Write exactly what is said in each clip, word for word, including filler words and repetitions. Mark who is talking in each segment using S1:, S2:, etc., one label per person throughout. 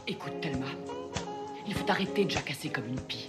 S1: Écoute, Thelma, il faut arrêter de jacasser comme une pie.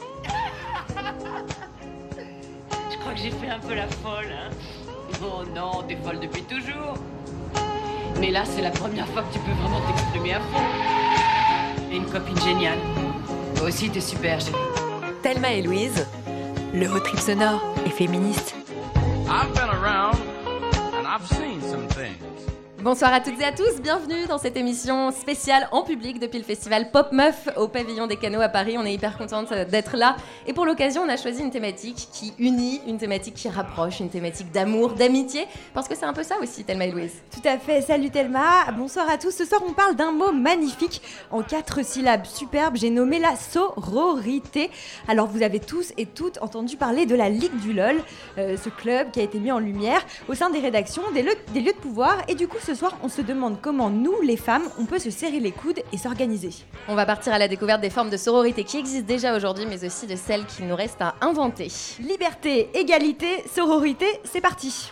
S2: Je crois que j'ai fait un peu la folle, hein.
S1: Oh non, t'es folle depuis toujours. Mais là, c'est la première fois que tu peux vraiment t'exprimer à fond. Et une copine géniale. Toi aussi, t'es super, chérie.
S3: Thelma et Louise, le road trip sonore et féministe.
S4: I've been around and I've seen some things.
S5: Bonsoir à toutes et à tous, bienvenue dans cette émission spéciale en public depuis le festival Pop Meuf au Pavillon des Canaux à Paris. On est hyper contente d'être là et pour l'occasion on a choisi une thématique qui unit, une thématique qui rapproche, une thématique d'amour, d'amitié, parce que c'est un peu ça aussi Thelma et Louise.
S6: Tout à fait, salut Thelma, bonsoir à tous. Ce soir on parle d'un mot magnifique en quatre syllabes superbes, j'ai nommé la sororité. Alors vous avez tous et toutes entendu parler de la Ligue du LOL, euh, ce club qui a été mis en lumière au sein des rédactions, des lieux, des lieux de pouvoir, et du coup ce Ce soir, on se demande comment nous, les femmes, on peut se serrer les coudes et s'organiser.
S5: On va partir à la découverte des formes de sororité qui existent déjà aujourd'hui, mais aussi de celles qu'il nous reste à inventer.
S6: Liberté, égalité, sororité, c'est parti.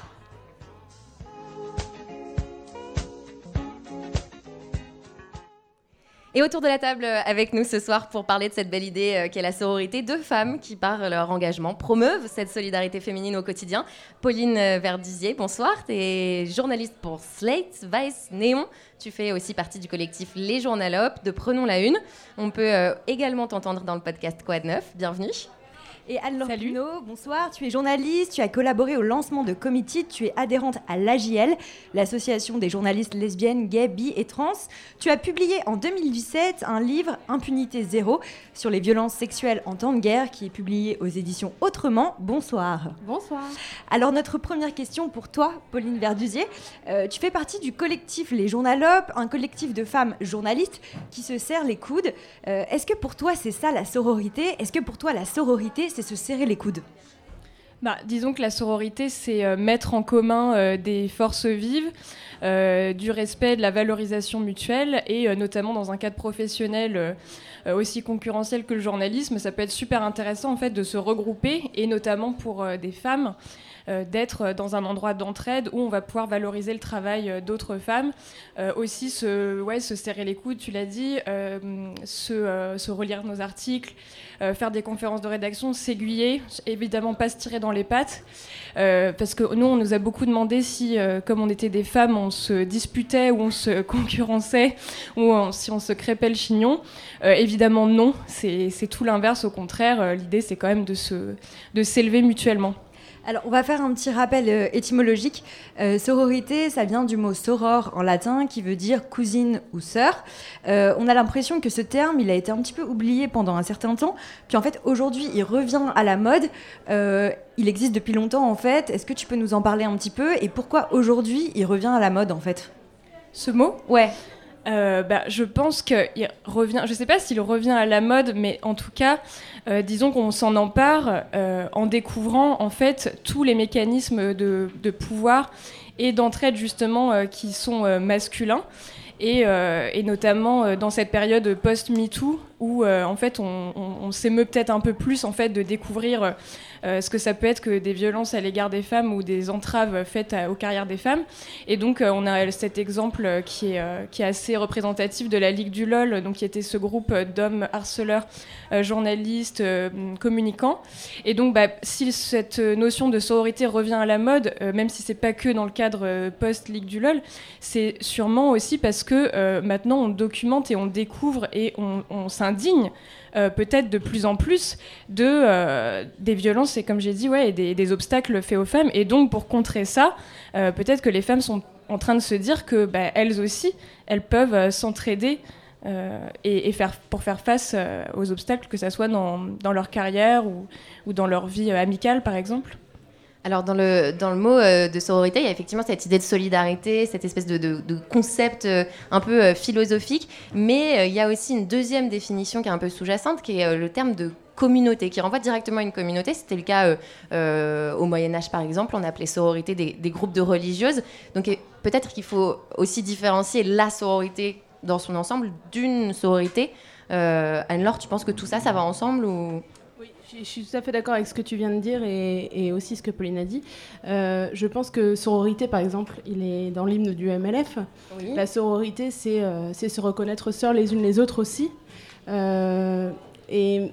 S5: Et autour de la table avec nous ce soir pour parler de cette belle idée euh, qu'est la sororité, deux femmes qui, par leur engagement, promeuvent cette solidarité féminine au quotidien. Pauline Verduzier, bonsoir, tu es journaliste pour Slate, Vice, Néon. Tu fais aussi partie du collectif Les Journalopes de Prenons la Une. On peut euh, également t'entendre dans le podcast Quad neuf. Bienvenue.
S6: Et Anne-Laure Pinault, bonsoir, tu es journaliste, tu as collaboré au lancement de Committed, tu es adhérente à l'A J L, l'association des journalistes lesbiennes, gays, bi et trans. Tu as publié en deux mille dix-sept un livre, Impunité zéro, sur les violences sexuelles en temps de guerre, qui est publié aux éditions Autrement. Bonsoir.
S7: Bonsoir.
S6: Alors notre première question pour toi, Pauline Verduzier, euh, tu fais partie du collectif Les Journalopes, un collectif de femmes journalistes qui se serrent les coudes. Euh, est-ce que pour toi c'est ça la sororité ? Est-ce que pour toi la sororité c'est se serrer les coudes ?
S7: Bah, disons que la sororité, c'est euh, mettre en commun euh, des forces vives, euh, du respect, de la valorisation mutuelle, et euh, notamment dans un cadre professionnel euh, aussi concurrentiel que le journalisme, ça peut être super intéressant en fait de se regrouper, et notamment pour euh, des femmes, euh, d'être dans un endroit d'entraide où on va pouvoir valoriser le travail euh, d'autres femmes, euh, aussi se, ouais, se serrer les coudes, tu l'as dit, euh, se, euh, se relire nos articles, euh, faire des conférences de rédaction, s'aiguiller, évidemment pas se tirer dans les pattes, euh, parce que nous on nous a beaucoup demandé si euh, comme on était des femmes on se disputait ou on se concurrençait ou on, si on se crêpait le chignon. Euh, évidemment non, c'est, c'est tout l'inverse, au contraire, euh, l'idée c'est quand même de, se, de s'élever mutuellement.
S6: Alors, on va faire un petit rappel euh, étymologique. Euh, sororité, ça vient du mot soror en latin, qui veut dire cousine ou sœur. Euh, on a l'impression que ce terme, il a été un petit peu oublié pendant un certain temps. Puis en fait, aujourd'hui, il revient à la mode. Euh, il existe depuis longtemps, en fait. Est-ce que tu peux nous en parler un petit peu ? Et pourquoi aujourd'hui, il revient à la mode, en fait ?
S7: Ce mot ?
S6: Ouais.
S7: Euh, bah, je pense qu'il revient, je ne sais pas s'il revient à la mode, mais en tout cas, euh, disons qu'on s'en empare euh, en découvrant en fait tous les mécanismes de, de pouvoir et d'entraide justement euh, qui sont euh, masculins. Et, euh, et notamment euh, dans cette période post-MeToo où euh, en fait on, on, on s'émeut peut-être un peu plus en fait de découvrir euh, ce que ça peut être que des violences à l'égard des femmes ou des entraves faites à, aux carrières des femmes. Et donc euh, on a cet exemple qui est, euh, qui est assez représentatif de la Ligue du LOL, donc qui était ce groupe d'hommes harceleurs, euh, journalistes, euh, communicants. Et donc bah, si cette notion de sororité revient à la mode, euh, même si c'est pas que dans le cadre euh, post-Ligue du LOL, c'est sûrement aussi parce que euh, maintenant on documente et on découvre et on, on s'indigne euh, peut-être de plus en plus de, euh, des violences et comme j'ai dit ouais, et des, des obstacles faits aux femmes, et donc pour contrer ça euh, peut-être que les femmes sont en train de se dire que bah, elles aussi elles peuvent euh, s'entraider euh, et, et faire, pour faire face euh, aux obstacles, que ça soit dans, dans leur carrière ou, ou dans leur vie euh, amicale par exemple.
S5: Alors dans le, dans le mot euh, de sororité, il y a effectivement cette idée de solidarité, cette espèce de, de, de concept euh, un peu euh, philosophique, mais euh, il y a aussi une deuxième définition qui est un peu sous-jacente, qui est euh, le terme de communauté, qui renvoie directement à une communauté. C'était le cas euh, euh, au Moyen-Âge par exemple, on appelait sororité des, des groupes de religieuses. Donc euh, peut-être qu'il faut aussi différencier la sororité dans son ensemble d'une sororité. Euh, Anne-Laure, tu penses que tout ça, ça va ensemble ou...
S8: Je suis tout à fait d'accord avec ce que tu viens de dire et, et aussi ce que Pauline a dit. Euh, je pense que sororité, par exemple, il est dans l'hymne du M L F. Oui. La sororité, c'est, euh, c'est se reconnaître sœurs les unes les autres aussi. Euh, et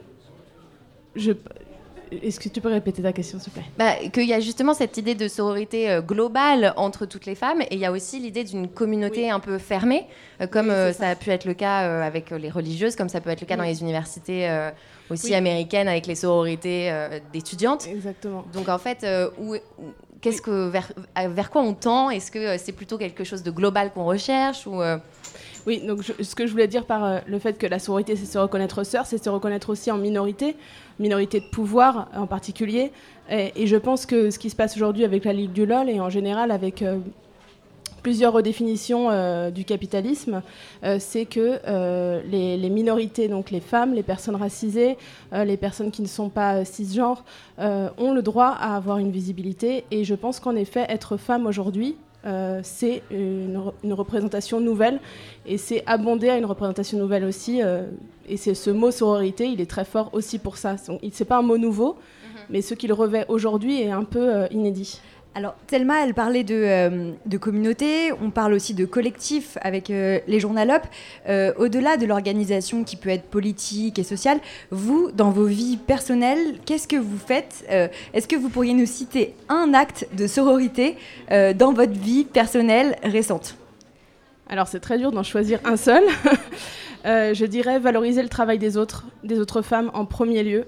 S8: je... Est-ce que tu peux répéter ta question, s'il te plaît ?
S5: Bah, qu'il y a justement cette idée de sororité euh, globale entre toutes les femmes, et il y a aussi l'idée d'une communauté oui. un peu fermée, euh, comme oui, euh, ça. ça a pu être le cas euh, avec les religieuses, comme ça peut être le cas oui. dans les universités euh, aussi oui. américaines avec les sororités euh, d'étudiantes.
S8: Exactement.
S5: Donc en fait, euh, où, où, qu'est-ce oui. que, vers, vers quoi on tend ? Est-ce que c'est plutôt quelque chose de global qu'on recherche ou, euh...
S8: Oui, donc je, ce que je voulais dire par euh, le fait que la sororité, c'est se reconnaître sœur, c'est se reconnaître aussi en minorité, minorité de pouvoir en particulier. Et, et je pense que ce qui se passe aujourd'hui avec la Ligue du L O L et en général avec euh, plusieurs redéfinitions euh, du capitalisme, euh, c'est que euh, les, les minorités, donc les femmes, les personnes racisées, euh, les personnes qui ne sont pas cisgenres, euh, ont le droit à avoir une visibilité. Et je pense qu'en effet, être femme aujourd'hui, Euh, c'est une, une représentation nouvelle et c'est abondé à une représentation nouvelle aussi euh, et c'est ce mot sororité, il est très fort aussi pour ça. C'est pas un mot nouveau, mm-hmm. mais ce qu'il revêt aujourd'hui est un peu euh, inédit.
S6: Alors, Thelma, elle parlait de, euh, de communauté, on parle aussi de collectif avec euh, les journalopes. Euh, au-delà de l'organisation qui peut être politique et sociale, vous, dans vos vies personnelles, qu'est-ce que vous faites ? euh, Est-ce que vous pourriez nous citer un acte de sororité euh, dans votre vie personnelle récente ?
S8: Alors, c'est très dur d'en choisir un seul. euh, je dirais valoriser le travail des autres, des autres femmes en premier lieu.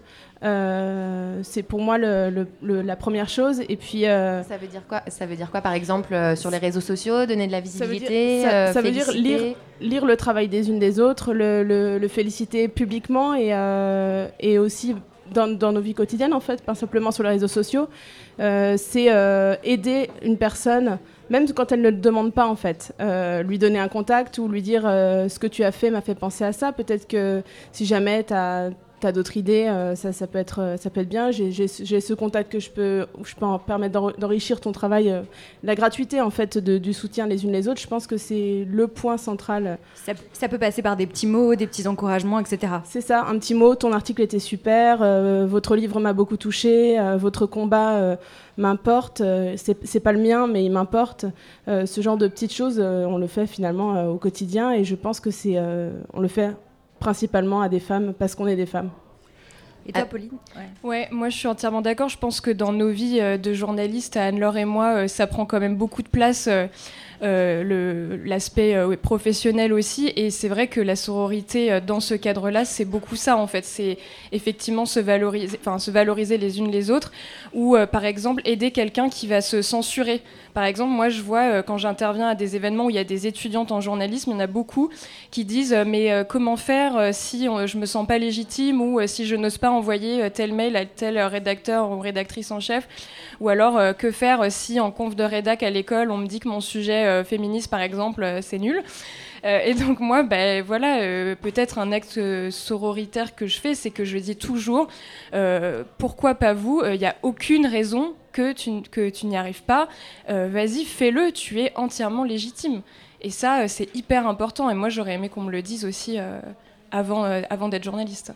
S8: Euh, c'est pour moi le, le, le, la première chose. Et puis, euh,
S5: ça veut dire quoi ? Ça veut dire quoi, par exemple, euh, sur les réseaux sociaux, donner de la visibilité,
S8: ça veut dire, ça,
S5: euh,
S8: ça veut dire lire, lire le travail des unes des autres, le, le, le féliciter publiquement et, euh, et aussi dans, dans nos vies quotidiennes, en fait, pas simplement sur les réseaux sociaux. Euh, c'est euh, aider une personne, même quand elle ne le demande pas, en fait. Euh, lui donner un contact ou lui dire euh, ce que tu as fait m'a fait penser à ça. Peut-être que si jamais tu as tu as d'autres idées, euh, ça, ça, peut être, ça peut être bien. J'ai, j'ai, j'ai ce contact que je peux, où je peux en permettre d'enrichir ton travail. Euh, la gratuité, en fait, de, du soutien les unes les autres, je pense que c'est le point central.
S6: Ça, ça peut passer par des petits mots, des petits encouragements, et cetera.
S8: C'est ça, un petit mot, ton article était super, euh, votre livre m'a beaucoup touché, euh, votre combat euh, m'importe, euh, c'est, c'est pas le mien, mais il m'importe. Euh, ce genre de petites choses, euh, on le fait finalement euh, au quotidien, et je pense que c'est, euh, on le fait principalement à des femmes parce qu'on est des femmes.
S6: Et toi, Pauline ?
S7: Ouais. ouais, moi je suis entièrement d'accord. Je pense que dans nos vies euh, de journalistes, Anne-Laure et moi, euh, ça prend quand même beaucoup de place, euh, euh, le, l'aspect euh, professionnel aussi. Et c'est vrai que la sororité, euh, dans ce cadre-là, c'est beaucoup ça en fait. C'est effectivement se valoriser, enfin se valoriser les unes les autres, ou euh, par exemple aider quelqu'un qui va se censurer. Par exemple, moi je vois euh, quand j'interviens à des événements où il y a des étudiantes en journalisme, il y en a beaucoup qui disent euh, mais euh, comment faire euh, si on, je me sens pas légitime ou euh, si je n'ose pas envoyer tel mail à tel rédacteur ou rédactrice en chef, ou alors euh, que faire si en conf de rédac à l'école on me dit que mon sujet euh, féministe par exemple euh, c'est nul. Euh, et donc moi ben voilà euh, peut-être un acte euh, sororitaire que je fais, c'est que je dis toujours euh, pourquoi pas vous, il n'y a aucune raison que tu, que tu n'y arrives pas, euh, vas-y fais-le, tu es entièrement légitime. Et ça euh, c'est hyper important et moi j'aurais aimé qu'on me le dise aussi euh, avant, euh, avant d'être journaliste.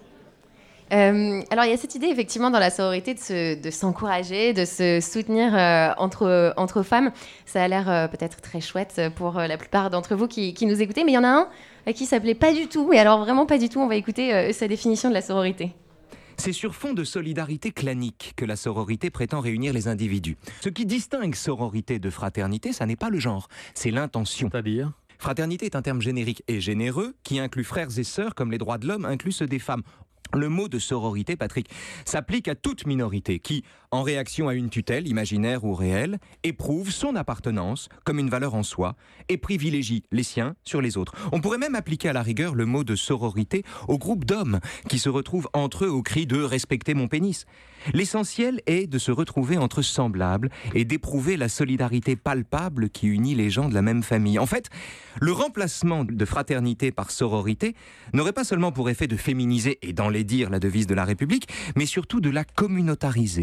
S5: Euh, alors il y a cette idée effectivement dans la sororité de, se, de s'encourager, de se soutenir euh, entre, entre femmes. Ça a l'air euh, peut-être très chouette pour euh, la plupart d'entre vous qui, qui nous écoutez, mais il y en a un euh, qui s'appelait pas du tout, et alors vraiment pas du tout, on va écouter euh, sa définition de la sororité.
S9: C'est sur fond de solidarité clanique que la sororité prétend réunir les individus. Ce qui distingue sororité de fraternité, ça n'est pas le genre, c'est l'intention.
S10: C'est-à-dire ?
S9: Fraternité est un terme générique et généreux qui inclut frères et sœurs comme les droits de l'homme incluent ceux des femmes. Le mot de sororité, Patrick, s'applique à toute minorité qui, en réaction à une tutelle, imaginaire ou réelle, éprouve son appartenance comme une valeur en soi et privilégie les siens sur les autres. On pourrait même appliquer à la rigueur le mot de sororité au groupe d'hommes qui se retrouvent entre eux au cri de « respecter mon pénis ». L'essentiel est de se retrouver entre semblables et d'éprouver la solidarité palpable qui unit les gens de la même famille. En fait, le remplacement de fraternité par sororité n'aurait pas seulement pour effet de féminiser et d'enlaidir la devise de la République, mais surtout de la communautariser.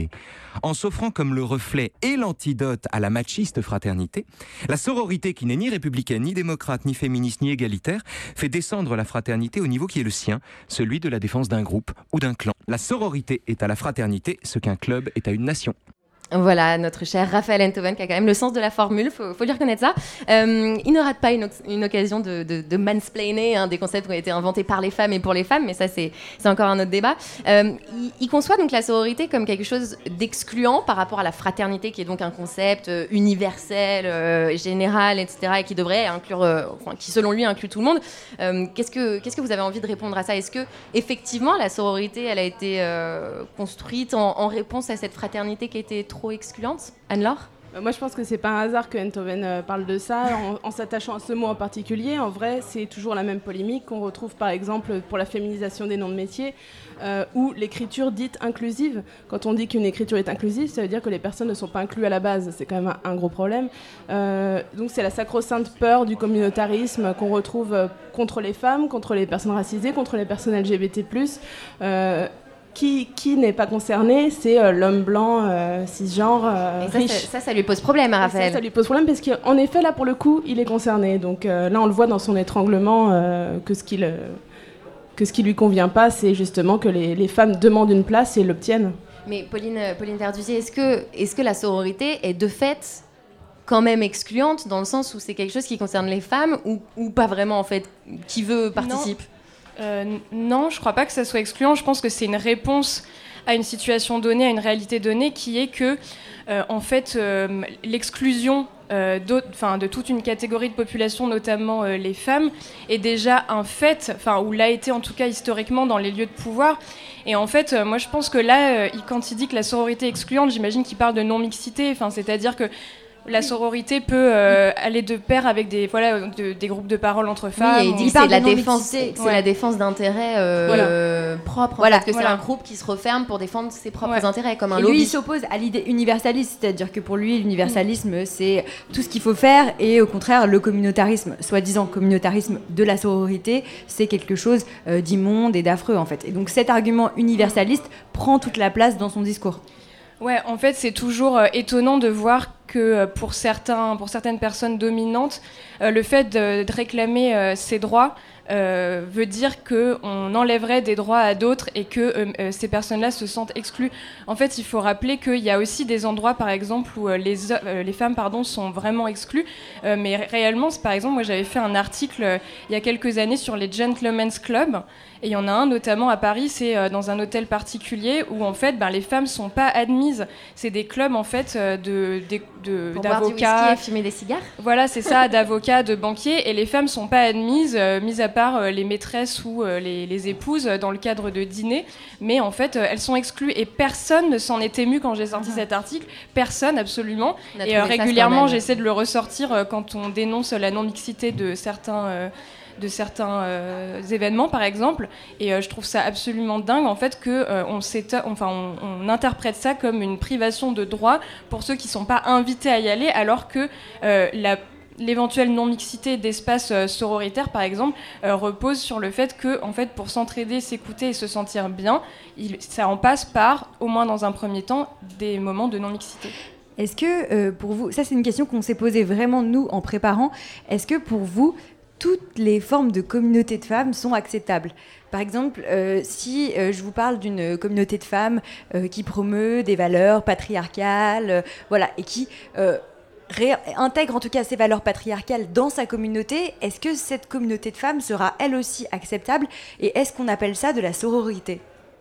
S9: en s'offrant comme le reflet et l'antidote à la machiste fraternité, la sororité, qui n'est ni républicaine, ni démocrate, ni féministe, ni égalitaire, fait descendre la fraternité au niveau qui est le sien, celui de la défense d'un groupe ou d'un clan. La sororité est à la fraternité ce qu'un club est à une nation.
S5: Voilà, notre cher Raphaël Enthoven qui a quand même le sens de la formule, faut, faut lui reconnaître ça. Euh, il ne rate pas une, une occasion de, de, de mansplainer hein, des concepts qui ont été inventés par les femmes et pour les femmes, mais ça c'est, c'est encore un autre débat. Euh, il, il conçoit donc la sororité comme quelque chose d'excluant par rapport à la fraternité, qui est donc un concept euh, universel, euh, général, et cetera, et qui devrait inclure, euh, enfin, qui selon lui inclut tout le monde. Euh, qu'est-ce que, qu'est-ce que vous avez envie de répondre à ça ? Est-ce que effectivement la sororité, elle a été euh, construite en, en réponse à cette fraternité qui était trop excluante ? Anne-Laure ?
S8: Moi, je pense que c'est pas un hasard que Enthoven euh, parle de ça, en, en s'attachant à ce mot en particulier. En vrai, c'est toujours la même polémique qu'on retrouve, par exemple, pour la féminisation des noms de métiers, euh, ou l'écriture dite inclusive. Quand on dit qu'une écriture est inclusive, ça veut dire que les personnes ne sont pas incluses à la base. C'est quand même un, un gros problème. Euh, donc, c'est la sacro-sainte peur du communautarisme qu'on retrouve euh, contre les femmes, contre les personnes racisées, contre les personnes L G B T plus. Euh, Qui, qui n'est pas concerné, c'est euh, l'homme blanc euh, cisgenre euh,
S5: ça,
S8: riche.
S5: Ça, ça, ça lui pose problème à Raphaël.
S8: Ça, ça lui pose problème parce qu'en effet, là, pour le coup, il est concerné. Donc euh, là, on le voit dans son étranglement euh, que, ce qui le, que ce qui lui convient pas, c'est justement que les, les femmes demandent une place et l'obtiennent.
S5: Mais Pauline, Pauline Verdusier, est-ce que, est-ce que la sororité est de fait quand même excluante dans le sens où c'est quelque chose qui concerne les femmes ou, ou pas vraiment en fait ? Qui veut participe ?
S7: Non. Euh, non, je crois pas que ça soit excluant. Je pense que c'est une réponse à une situation donnée, à une réalité donnée, qui est que, euh, en fait, euh, l'exclusion euh, de toute une catégorie de population, notamment euh, les femmes, est déjà un fait, enfin, ou l'a été en tout cas historiquement dans les lieux de pouvoir. Et en fait, euh, moi, je pense que là, euh, quand il dit que la sororité est excluante, j'imagine qu'il parle de non-mixité. Enfin, c'est-à-dire que la sororité peut euh, aller de pair avec des, voilà, de, des groupes de parole entre femmes.
S5: Oui, et il dit que c'est, la défense, c'est ouais. la défense d'intérêts euh, voilà. euh, propres. Voilà. En fait, que voilà. c'est un groupe qui se referme pour défendre ses propres ouais. intérêts, comme un
S6: et
S5: lobby.
S6: Lui, il s'oppose à l'idée universaliste, c'est-à-dire que pour lui, l'universalisme, mmh. c'est tout ce qu'il faut faire, et au contraire, le communautarisme, soi-disant communautarisme de la sororité, c'est quelque chose euh, d'immonde et d'affreux, en fait. Et donc cet argument universaliste prend toute la place dans son discours.
S7: Ouais, en fait, c'est toujours euh, étonnant de voir que euh, pour, certains, pour certaines personnes dominantes, euh, le fait de, de réclamer euh, ces droits euh, veut dire qu'on enlèverait des droits à d'autres et que euh, euh, ces personnes-là se sentent exclues. En fait, il faut rappeler qu'il y a aussi des endroits, par exemple, où euh, les, euh, les femmes pardon, sont vraiment exclues. Euh, mais réellement, c'est, par exemple, moi j'avais fait un article euh, il y a quelques années sur les Gentlemen's Clubs. Et il y en a un notamment à Paris, c'est euh, dans un hôtel particulier où en fait ben, les femmes sont pas admises. C'est des clubs en fait euh, de, de, de,
S5: Pour
S7: d'avocats.
S5: Boire du whisky et fumer des cigares.
S7: Voilà, c'est ça, d'avocats, de banquiers. Et les femmes sont pas admises, euh, mis à part euh, les maîtresses ou euh, les, les épouses euh, dans le cadre de dîners. Mais en fait, euh, elles sont exclues et personne ne s'en est ému quand j'ai sorti uh-huh. cet article. Personne, absolument. Et euh, régulièrement, j'essaie de le ressortir euh, quand on dénonce la non-mixité de certains. Euh, de certains euh, événements par exemple et euh, je trouve ça absolument dingue en fait que euh, on, enfin, on, on interprète ça comme une privation de droit pour ceux qui sont pas invités à y aller alors que euh, la l'éventuelle non-mixité d'espaces euh, sororitaires, par exemple, euh, repose sur le fait que, en fait, pour s'entraider, s'écouter et se sentir bien, il, ça en passe par, au moins dans un premier temps, des moments de non-mixité.
S6: Est-ce que, euh, pour vous, ça c'est une question qu'on s'est posée vraiment, nous, en préparant, est-ce que pour vous, toutes les formes de communauté de femmes sont acceptables. Par exemple, euh, si euh, je vous parle d'une communauté de femmes euh, qui promeut des valeurs patriarcales, euh, voilà, et qui euh, ré- intègre en tout cas ces valeurs patriarcales dans sa communauté, est-ce que cette communauté de femmes sera elle aussi acceptable ? Et est-ce qu'on appelle ça de la sororité ?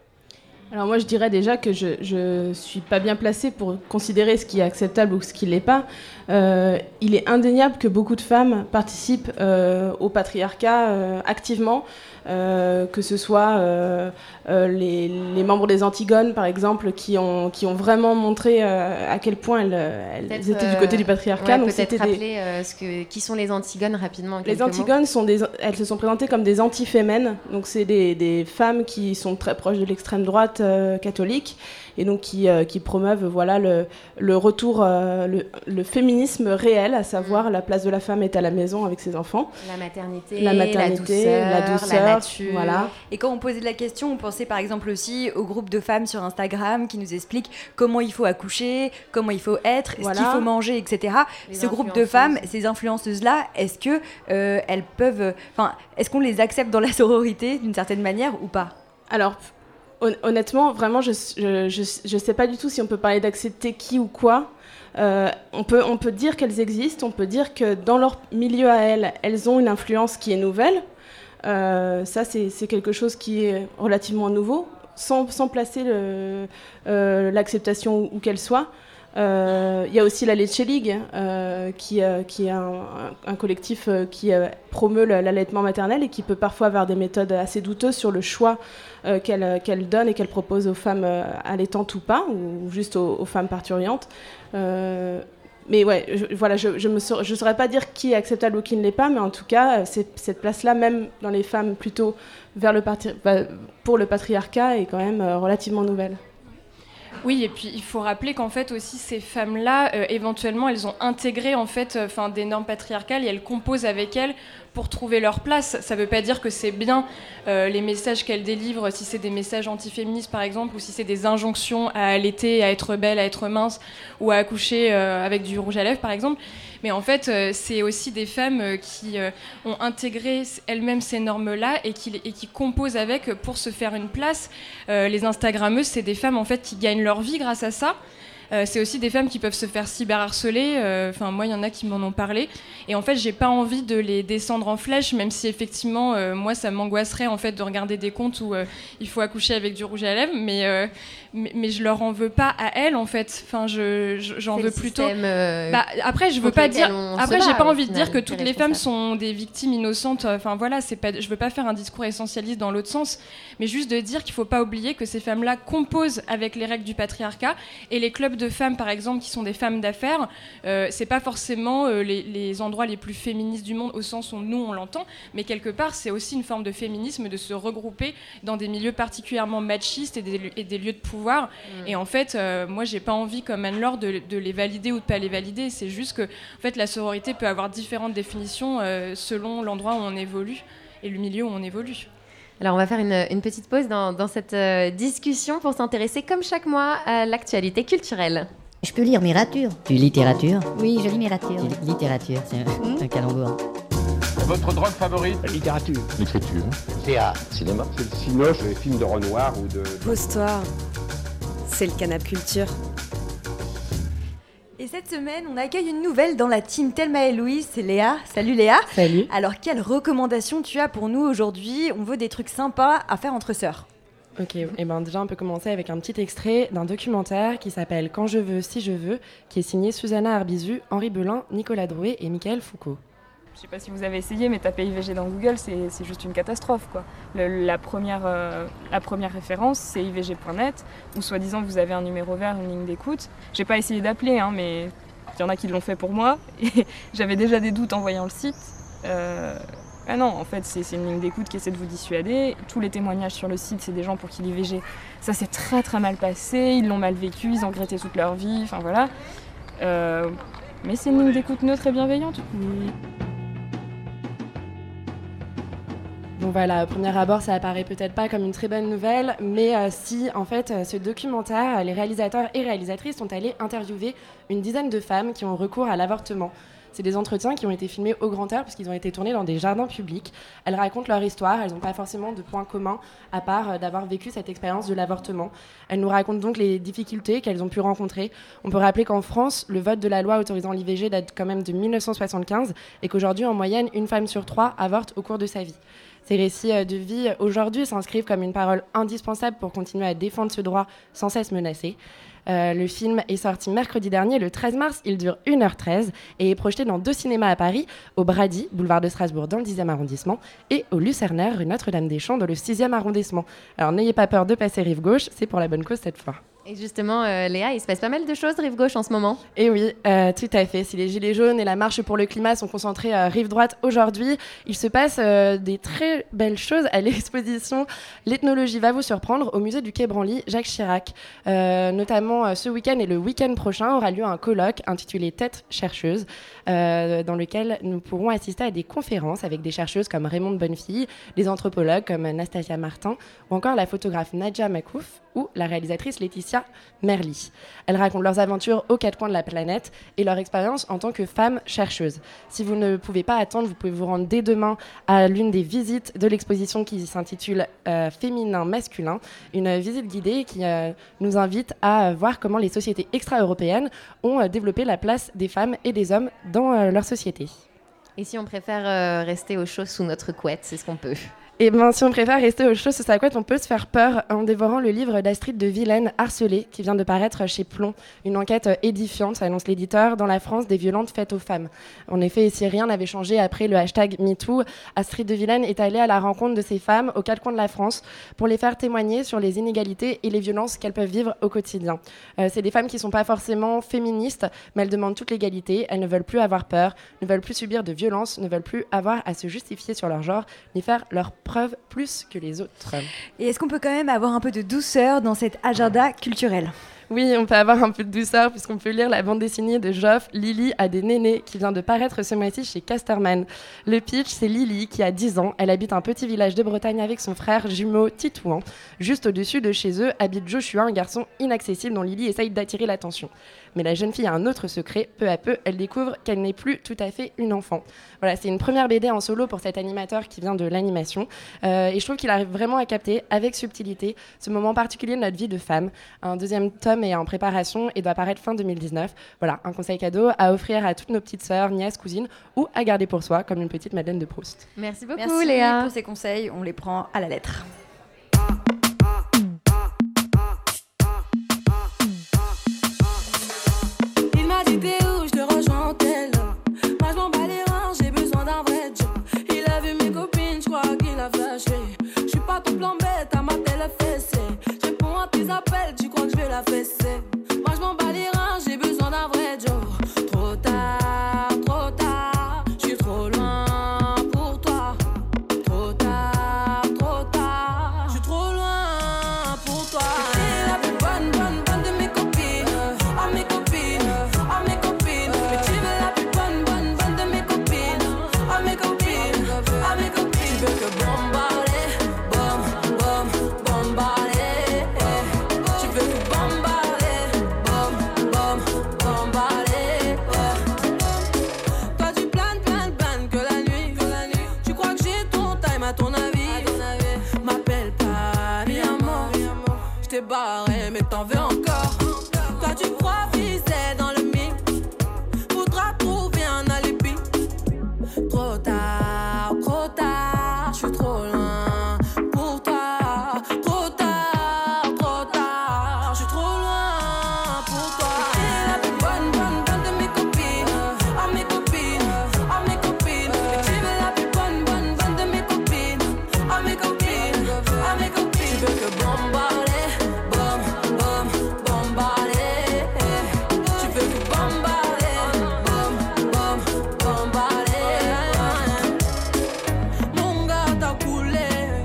S8: Alors moi je dirais déjà que je ne suis pas bien placée pour considérer ce qui est acceptable ou ce qui ne l'est pas. Euh, il est indéniable que beaucoup de femmes participent euh, au patriarcat euh, activement, euh, que ce soit euh, euh, les, les membres des Antigones par exemple qui ont, qui ont vraiment montré euh, à quel point elles, elles étaient euh, du côté du patriarcat.
S5: Ouais,
S8: donc
S5: peut-être
S8: c'était
S5: rappeler
S8: des...
S5: euh, ce que, qui sont les Antigones rapidement.
S8: Les Antigones, sont des, elles se sont présentées comme des antifémènes, donc c'est des, des femmes qui sont très proches de l'extrême droite euh, catholique et donc qui, euh, qui promeuvent voilà, le, le retour, euh, le, le féminisme réel, à savoir la place de la femme est à la maison avec ses enfants.
S5: La maternité,
S8: la, maternité,
S5: la douceur,
S8: la, douceur,
S5: la nature.
S8: Voilà.
S6: Et quand on posait la question, on pensait par exemple aussi au groupe de femmes sur Instagram qui nous expliquent comment il faut accoucher, comment il faut être, voilà. ce qu'il faut manger, et cetera.
S5: Les
S6: Ce groupe de femmes, ces influenceuses-là, est-ce que euh, elles peuvent, enfin, est-ce qu'on les accepte dans la sororité d'une certaine manière ou pas ?
S8: Alors, honnêtement, vraiment, je, je, je, je sais pas du tout si on peut parler d'accepter qui ou quoi. Euh, on peut, on peut dire qu'elles existent, on peut dire que dans leur milieu à elles, elles ont une influence qui est nouvelle. Euh, ça, c'est, c'est quelque chose qui est relativement nouveau, sans, sans placer le, euh, l'acceptation où, où qu'elle soit. Il euh, y a aussi la Leche League, euh, qui, euh, qui est un, un collectif euh, qui euh, promeut l'allaitement maternel et qui peut parfois avoir des méthodes assez douteuses sur le choix euh, qu'elle, qu'elle donne et qu'elle propose aux femmes euh, allaitantes ou pas, ou juste aux, aux femmes parturientes. Euh, mais ouais, je, voilà, je ne saurais, saurais pas dire qui est acceptable ou qui ne l'est pas, mais en tout cas, c'est, cette place-là, même dans les femmes plutôt vers le patri- pour le patriarcat, est quand même euh, relativement nouvelle.
S7: Oui, et puis il faut rappeler qu'en fait aussi ces femmes-là, euh, éventuellement, elles ont intégré en fait, enfin, des normes patriarcales et elles composent avec elles pour trouver leur place. Ça ne veut pas dire que c'est bien euh, les messages qu'elles délivrent, si c'est des messages antiféministes par exemple, ou si c'est des injonctions à allaiter, à être belle, à être mince, ou à accoucher euh, avec du rouge à lèvres par exemple. Mais en fait, euh, c'est aussi des femmes euh, qui euh, ont intégré elles-mêmes ces normes-là et qui, et qui composent avec pour se faire une place. Euh, les Instagrammeuses, c'est des femmes en fait qui gagnent leur vie grâce à ça. Euh, c'est aussi des femmes qui peuvent se faire cyberharceler. Enfin, euh, moi, il y en a qui m'en ont parlé. Et en fait, j'ai pas envie de les descendre en flèche, même si effectivement, euh, moi, ça m'angoisserait en fait de regarder des comptes où euh, il faut accoucher avec du rouge à lèvres. Mais, euh, mais, mais je leur en veux pas à elles, en fait. Enfin, je, je, j'en
S5: c'est
S7: veux
S5: le
S7: plutôt.
S5: Système, euh,
S7: bah, après, je veux pas dire. Après, j'ai pas envie de dire que toutes les femmes
S5: sont
S7: sont des victimes innocentes. Enfin, voilà, c'est pas. Je veux pas faire un discours essentialiste dans l'autre sens, mais juste de dire qu'il faut pas oublier que ces femmes-là composent avec les règles du patriarcat et les clubs de femmes, par exemple, qui sont des femmes d'affaires, euh, c'est pas forcément euh, les, les endroits les plus féministes du monde au sens où nous on l'entend, mais quelque part c'est aussi une forme de féminisme de se regrouper dans des milieux particulièrement machistes et des, et des lieux de pouvoir. Mmh. Et en fait, euh, moi j'ai pas envie comme Anne-Laure de, de les valider ou de pas les valider. C'est juste que en fait la sororité peut avoir différentes définitions euh, selon l'endroit où on évolue et le milieu où on évolue.
S5: Alors on va faire une, une petite pause dans, dans cette euh, discussion pour s'intéresser comme chaque mois à l'actualité culturelle.
S10: Je peux lire Mirature. Tu lis littérature?
S11: Oui, je lis Mirature.
S10: L- littérature, c'est un, mmh. un calembour.
S12: Votre drogue favorite?
S13: La littérature.
S12: L'écriture.
S13: Théâtre. Cinéma.
S12: C'est le cinoche, les films de Renoir ou de...
S14: Pose-toi. C'est le Canap Culture.
S6: Et cette semaine, on accueille une nouvelle dans la team Thelma et Louise, c'est Léa. Salut Léa.
S14: Salut.
S6: Alors, quelles recommandations tu as pour nous aujourd'hui? On veut des trucs sympas à faire entre sœurs.
S15: Ok, et ben déjà on peut commencer avec un petit extrait d'un documentaire qui s'appelle Quand je veux, si je veux, qui est signé Susanna Arbizu, Henri Belin, Nicolas Drouet et Mickaël Foucault.
S16: Je sais pas si vous avez essayé, mais taper I V G dans Google, c'est, c'est juste une catastrophe, quoi. Le, la, première, euh, la première référence, c'est I V G point net, où soi-disant vous avez un numéro vert, une ligne d'écoute. J'ai pas essayé d'appeler, hein, mais il y en a qui l'ont fait pour moi, et j'avais déjà des doutes en voyant le site. Euh, Ah non, en fait, c'est, c'est une ligne d'écoute qui essaie de vous dissuader. Tous les témoignages sur le site, c'est des gens pour qui l'I V G, ça s'est très très mal passé, ils l'ont mal vécu, ils ont regretté toute leur vie, enfin voilà. Euh, mais c'est une ligne d'écoute neutre et bienveillante.
S15: Mmh. Bon voilà, à premier abord, ça apparaît peut-être pas comme une très bonne nouvelle, mais euh, si, en fait, euh, ce documentaire, les réalisateurs et réalisatrices sont allés interviewer une dizaine de femmes qui ont recours à l'avortement. C'est des entretiens qui ont été filmés au grand air puisqu'ils ont été tournés dans des jardins publics. Elles racontent leur histoire, elles n'ont pas forcément de points communs à part d'avoir vécu cette expérience de l'avortement. Elles nous racontent donc les difficultés qu'elles ont pu rencontrer. On peut rappeler qu'en France, le vote de la loi autorisant l'I V G date quand même de dix-neuf cent soixante-quinze et qu'aujourd'hui, en moyenne, une femme sur trois avorte au cours de sa vie. Ces récits de vie, aujourd'hui, s'inscrivent comme une parole indispensable pour continuer à défendre ce droit sans cesse menacé. Euh, le film est sorti mercredi dernier, le treize mars. Il dure une heure treize et est projeté dans deux cinémas à Paris, au Brady, boulevard de Strasbourg, dans le dixième arrondissement, et au Lucernaire, rue Notre-Dame-des-Champs, dans le sixième arrondissement. Alors n'ayez pas peur de passer rive gauche, c'est pour la bonne cause cette fois.
S5: Et justement, euh, Léa, il se passe pas mal de choses rive gauche en ce moment.
S15: Et oui, euh, tout à fait. Si les Gilets jaunes et la marche pour le climat sont concentrés à rive droite aujourd'hui, il se passe euh, des très belles choses à l'exposition L'ethnologie va vous surprendre au musée du Quai Branly Jacques Chirac. Euh, notamment euh, ce week-end et le week-end prochain aura lieu un colloque intitulé Tête chercheuse, euh, dans lequel nous pourrons assister à des conférences avec des chercheuses comme Raymonde Bonnefille, des anthropologues comme Nastasia Martin ou encore la photographe Nadja Makouf ou la réalisatrice Laetitia Merli. Elles racontent leurs aventures aux quatre coins de la planète et leur expérience en tant que femmes chercheuses. Si vous ne pouvez pas attendre, vous pouvez vous rendre dès demain à l'une des visites de l'exposition qui s'intitule euh, Féminin-Masculin, une visite guidée qui euh, nous invite à voir comment les sociétés extra-européennes ont euh, développé la place des femmes et des hommes dans euh, leur société.
S5: Et si on préfère euh, rester au chaud sous notre couette, c'est ce qu'on peut.
S15: Et bien, si on préfère rester au chaud sous sa couette, on peut se faire peur en dévorant le livre d'Astrid de Vilaine, Harcelée, qui vient de paraître chez Plomb. Une enquête édifiante, ça annonce l'éditeur, dans la France des violences faites aux femmes. En effet, si rien n'avait changé après le hashtag MeToo, Astrid de Vilaine est allée à la rencontre de ces femmes aux quatre coins de la France pour les faire témoigner sur les inégalités et les violences qu'elles peuvent vivre au quotidien. Euh, c'est des femmes qui ne sont pas forcément féministes, mais elles demandent toute l'égalité, elles ne veulent plus avoir peur, ne veulent plus subir de violences, ne veulent plus avoir à se justifier sur leur genre, ni faire leur preuve plus que les autres.
S6: Et est-ce qu'on peut quand même avoir un peu de douceur dans cet agenda culturel ?
S15: Oui, on peut avoir un peu de douceur puisqu'on peut lire la bande dessinée de Joff, Lily a des nénés, qui vient de paraître ce mois-ci chez Casterman. Le pitch, c'est Lily qui a dix ans. Elle habite un petit village de Bretagne avec son frère jumeau Titouan. Juste au-dessus de chez eux habite Joshua, un garçon inaccessible dont Lily essaye d'attirer l'attention. Mais la jeune fille a un autre secret. Peu à peu, elle découvre qu'elle n'est plus tout à fait une enfant. Voilà, c'est une première B D en solo pour cet animateur qui vient de l'animation. Euh, et je trouve qu'il arrive vraiment à capter, avec subtilité, ce moment particulier de notre vie de femme. Un deuxième tome est en préparation et doit paraître fin deux mille dix-neuf. Voilà, un conseil cadeau à offrir à toutes nos petites sœurs, nièces, cousines ou à garder pour soi, comme une petite Madeleine de Proust.
S5: Merci beaucoup,
S6: Merci
S5: Léa.
S6: pour ces conseils, on les prend à la lettre.
S11: Il m'a dit t'es où, je te rejoins en tel. Moi je m'en bats les reins, j'ai besoin d'un vrai job. Il a vu mes copines, je crois qu'il a flashé. Je suis pas ton plan bête, à ma telle fessée. Je réponds à tes appels, tu crois que je vais la fesser. Moi je m'en bats les reins, j'ai besoin d'un vrai job. Trop tard, trop tard, je suis trop loin pour toi. Trop tard, trop tard, je suis trop loin pour toi. T'es la plus bonne, bonne, bonne de mes copines. Oh mes copines, oh mes copines. Mais tu veux la plus bonne, bonne, bonne de mes copines. Oh mes copines, oh mes copines. Tu veux que bombarder, bom, bom, bombarder. Tu veux que bombarder, bom, bom, bombarder. Toi tu planes, planes, planes que la nuit, que la nuit. Tu crois que j'ai ton time à ton avis? M'appelle pas, mi amor. Je t'ai barré mais t'en veux encore. Toi tu crois viser dans le mille. Faudra trouver un alibi. Trop tard, trop tard, je suis trop loin pour toi. Trop tard, trop tard, je suis trop loin pour toi. T'es la plus bonne, bonne, bonne de mes copines. Oh mes copines, oh mes copines. Mais tu veux la plus bonne, bonne, bonne de mes copines. Oh mes copines, oh mes copines. Tu veux que bombarder, bom, bom, bombarder. Tu veux que bombarder, bom, bom, bombarder. Mon gars t'a coulé,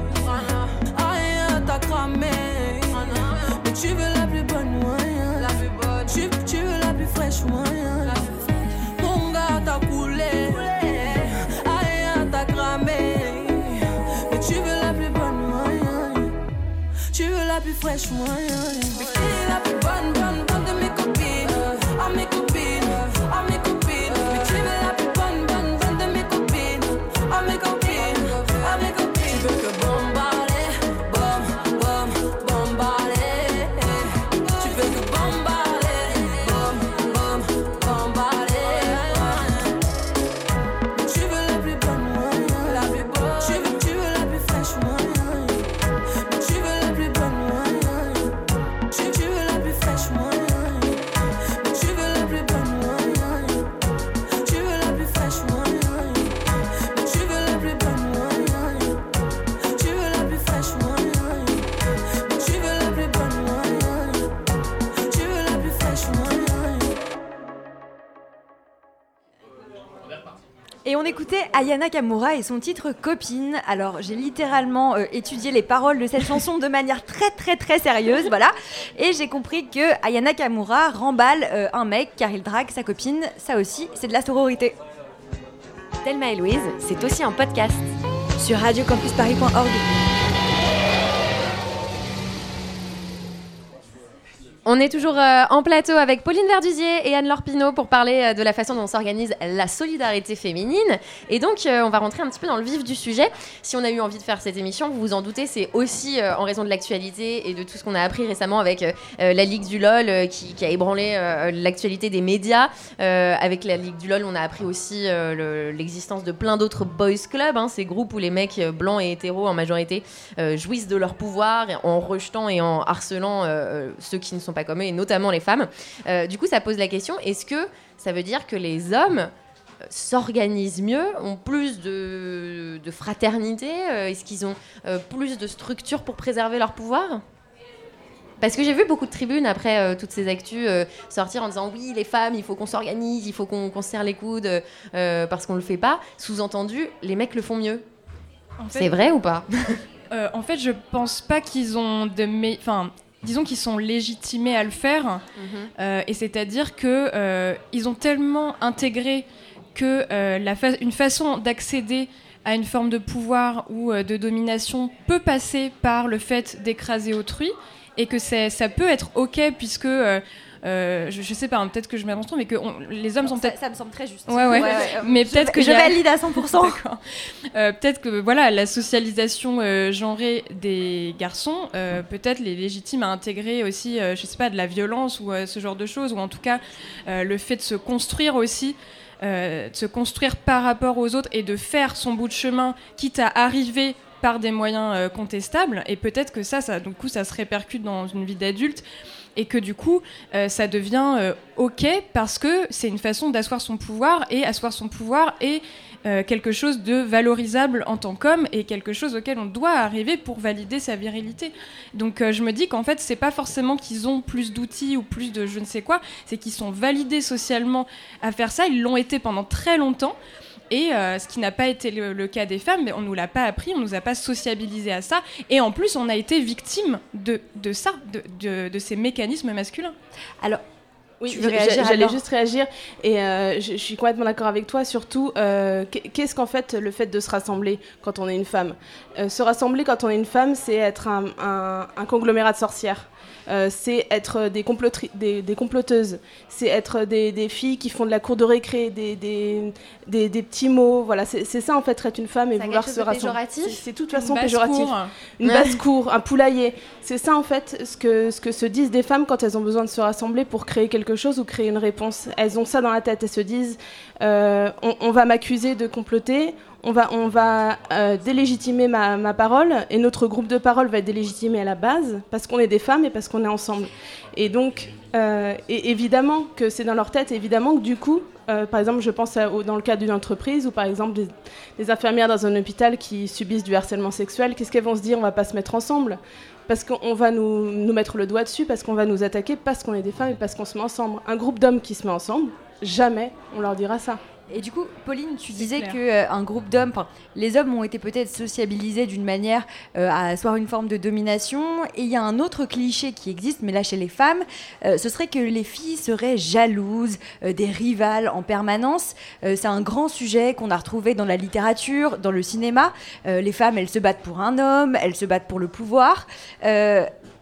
S11: aïe t'as cramé. Mais tu veux la plus bonne moyen. Tu, tu veux la plus fraîche moyen. Mon gars t'a coulé, aïe t'as cramé. Mais tu veux la plus bonne moyen. Tu veux la plus fraîche moyen. Mais qui est la plus bonne, bonne, bonne de mes copines? Oh mes copines, oh mes copines. Mais tu veux la plus bonne, bonne, bonne de mes copines? Oh mes copines, oh mes copines. Tu veux que bombarder, bom, bom, bombarder. Tu veux que bombarder, bom, bom, bombarder. Mais tu veux la plus bonne moyen, la plus bonne. Tu veux, tu veux la plus fraîche moyen. Mais tu veux la plus bonne moyen. Tu, tu veux la plus fraîche moyen. Mais tu veux la plus bonne.
S6: on écoutait Aya Nakamura et son titre Copine. Alors j'ai littéralement euh, étudié les paroles de cette chanson de manière très très très sérieuse, voilà. Et j'ai compris que Aya Nakamura remballe euh, un mec car il drague sa copine. Ça aussi, c'est de la sororité.
S3: Thelma et Louise, c'est aussi un podcast.
S6: Sur radio campus paris point org.
S5: On est toujours euh, en plateau avec Pauline Verdusier et Anne-Laure Pinault pour parler euh, de la façon dont s'organise la solidarité féminine. Et donc, euh, on va rentrer un petit peu dans le vif du sujet. Si on a eu envie de faire cette émission, vous vous en doutez, c'est aussi euh, en raison de l'actualité et de tout ce qu'on a appris récemment avec euh, la Ligue du LOL euh, qui, qui a ébranlé euh, l'actualité des médias. Euh, avec la Ligue du LOL, on a appris aussi euh, le, l'existence de plein d'autres boys clubs, hein, ces groupes où les mecs euh, blancs et hétéros en majorité euh, jouissent de leur pouvoir en rejetant et en harcelant euh, ceux qui ne sont pas comme eux, et notamment les femmes. Euh, du coup, ça pose la question, est-ce que ça veut dire que les hommes euh, s'organisent mieux, ont plus de, de fraternité, euh, est-ce qu'ils ont euh, plus de structure pour préserver leur pouvoir ? Parce que j'ai vu beaucoup de tribunes après euh, toutes ces actus euh, sortir en disant oui, les femmes, il faut qu'on s'organise, il faut qu'on, qu'on se serre les coudes euh, parce qu'on le fait pas. Sous-entendu, les mecs le font mieux. En fait, c'est vrai ou pas ?
S7: euh, En fait, je pense pas qu'ils ont de... Me... Enfin, disons qu'ils sont légitimés à le faire, mmh. euh, et c'est-à-dire qu'ils euh, ont tellement intégré que euh, la fa- une façon d'accéder à une forme de pouvoir ou euh, de domination peut passer par le fait d'écraser autrui, et que c'est, ça peut être ok puisque... Euh, Euh, je, je sais pas, hein, peut-être que je m'avance trop, mais que on, les hommes sont
S6: ça,
S7: peut-être...
S6: Ça me semble très juste.
S7: Ouais, ouais.
S6: ouais, ouais.
S7: Mais
S6: je,
S7: peut-être que
S6: je
S7: y a...
S6: valide à cent pour cent.
S7: D'accord. Euh, peut-être que voilà, la socialisation euh, genrée des garçons, euh, peut-être les légitime à intégrer aussi, euh, je sais pas, de la violence ou euh, ce genre de choses, ou en tout cas euh, le fait de se construire aussi. Euh, de se construire par rapport aux autres et de faire son bout de chemin, quitte à arriver par des moyens euh, contestables, et peut-être que ça, ça, du coup, ça se répercute dans une vie d'adulte, et que du coup, euh, ça devient euh, ok parce que c'est une façon d'asseoir son pouvoir, et asseoir son pouvoir est euh, quelque chose de valorisable en tant qu'homme, et quelque chose auquel on doit arriver pour valider sa virilité. Donc euh, je me dis qu'en fait, c'est pas forcément qu'ils ont plus d'outils ou plus de je ne sais quoi, c'est qu'ils sont validés socialement à faire ça, ils l'ont été pendant très longtemps. Et euh, ce qui n'a pas été le, le cas des femmes, mais on nous l'a pas appris, on nous a pas sociabilisé à ça, et en plus on a été victime de, de ça, de, de, de ces mécanismes masculins.
S6: Alors,
S8: oui, réagir, j'allais alors. juste réagir, et euh, je, je suis complètement d'accord avec toi, surtout, euh, qu'est-ce qu'en fait le fait de se rassembler quand on est une femme ? euh, Se rassembler quand on est une femme, c'est être un, un, un conglomérat de sorcières. Euh, c'est être des, complotri- des, des comploteuses, c'est être des, des filles qui font de la cour de récré, des, des, des, des petits mots, voilà, c'est, c'est ça en fait être une femme et
S5: ça
S8: vouloir se rassembler.
S5: C'est,
S8: c'est de toute façon péjoratif. Une basse-cour, un poulailler, c'est ça en fait ce que, ce que se disent des femmes quand elles ont besoin de se rassembler pour créer quelque chose ou créer une réponse. Elles ont ça dans la tête, elles se disent euh, on, on va m'accuser de comploter, on va, on va euh, délégitimer ma, ma parole, et notre groupe de parole va être délégitimé à la base parce qu'on est des femmes et parce qu'on est ensemble. Et donc, euh, et évidemment que c'est dans leur tête, évidemment que du coup, euh, par exemple, je pense à, au, dans le cadre d'une entreprise ou par exemple des, des infirmières dans un hôpital qui subissent du harcèlement sexuel, qu'est-ce qu'elles vont se dire ? On va pas se mettre ensemble parce qu'on va nous, nous mettre le doigt dessus, parce qu'on va nous attaquer, parce qu'on est des femmes et parce qu'on se met ensemble. Un groupe d'hommes qui se met ensemble, jamais on leur dira ça.
S6: Et du coup, Pauline, tu c'est disais qu'un euh, groupe d'hommes, les hommes ont été peut-être sociabilisés d'une manière euh, à asseoir une forme de domination. Et il y a un autre cliché qui existe, mais là chez les femmes, euh, ce serait que les filles seraient jalouses, euh, des rivales en permanence. Euh, c'est un grand sujet qu'on a retrouvé dans la littérature, dans le cinéma. Euh, les femmes, elles se battent pour un homme, elles se battent pour le pouvoir. Euh,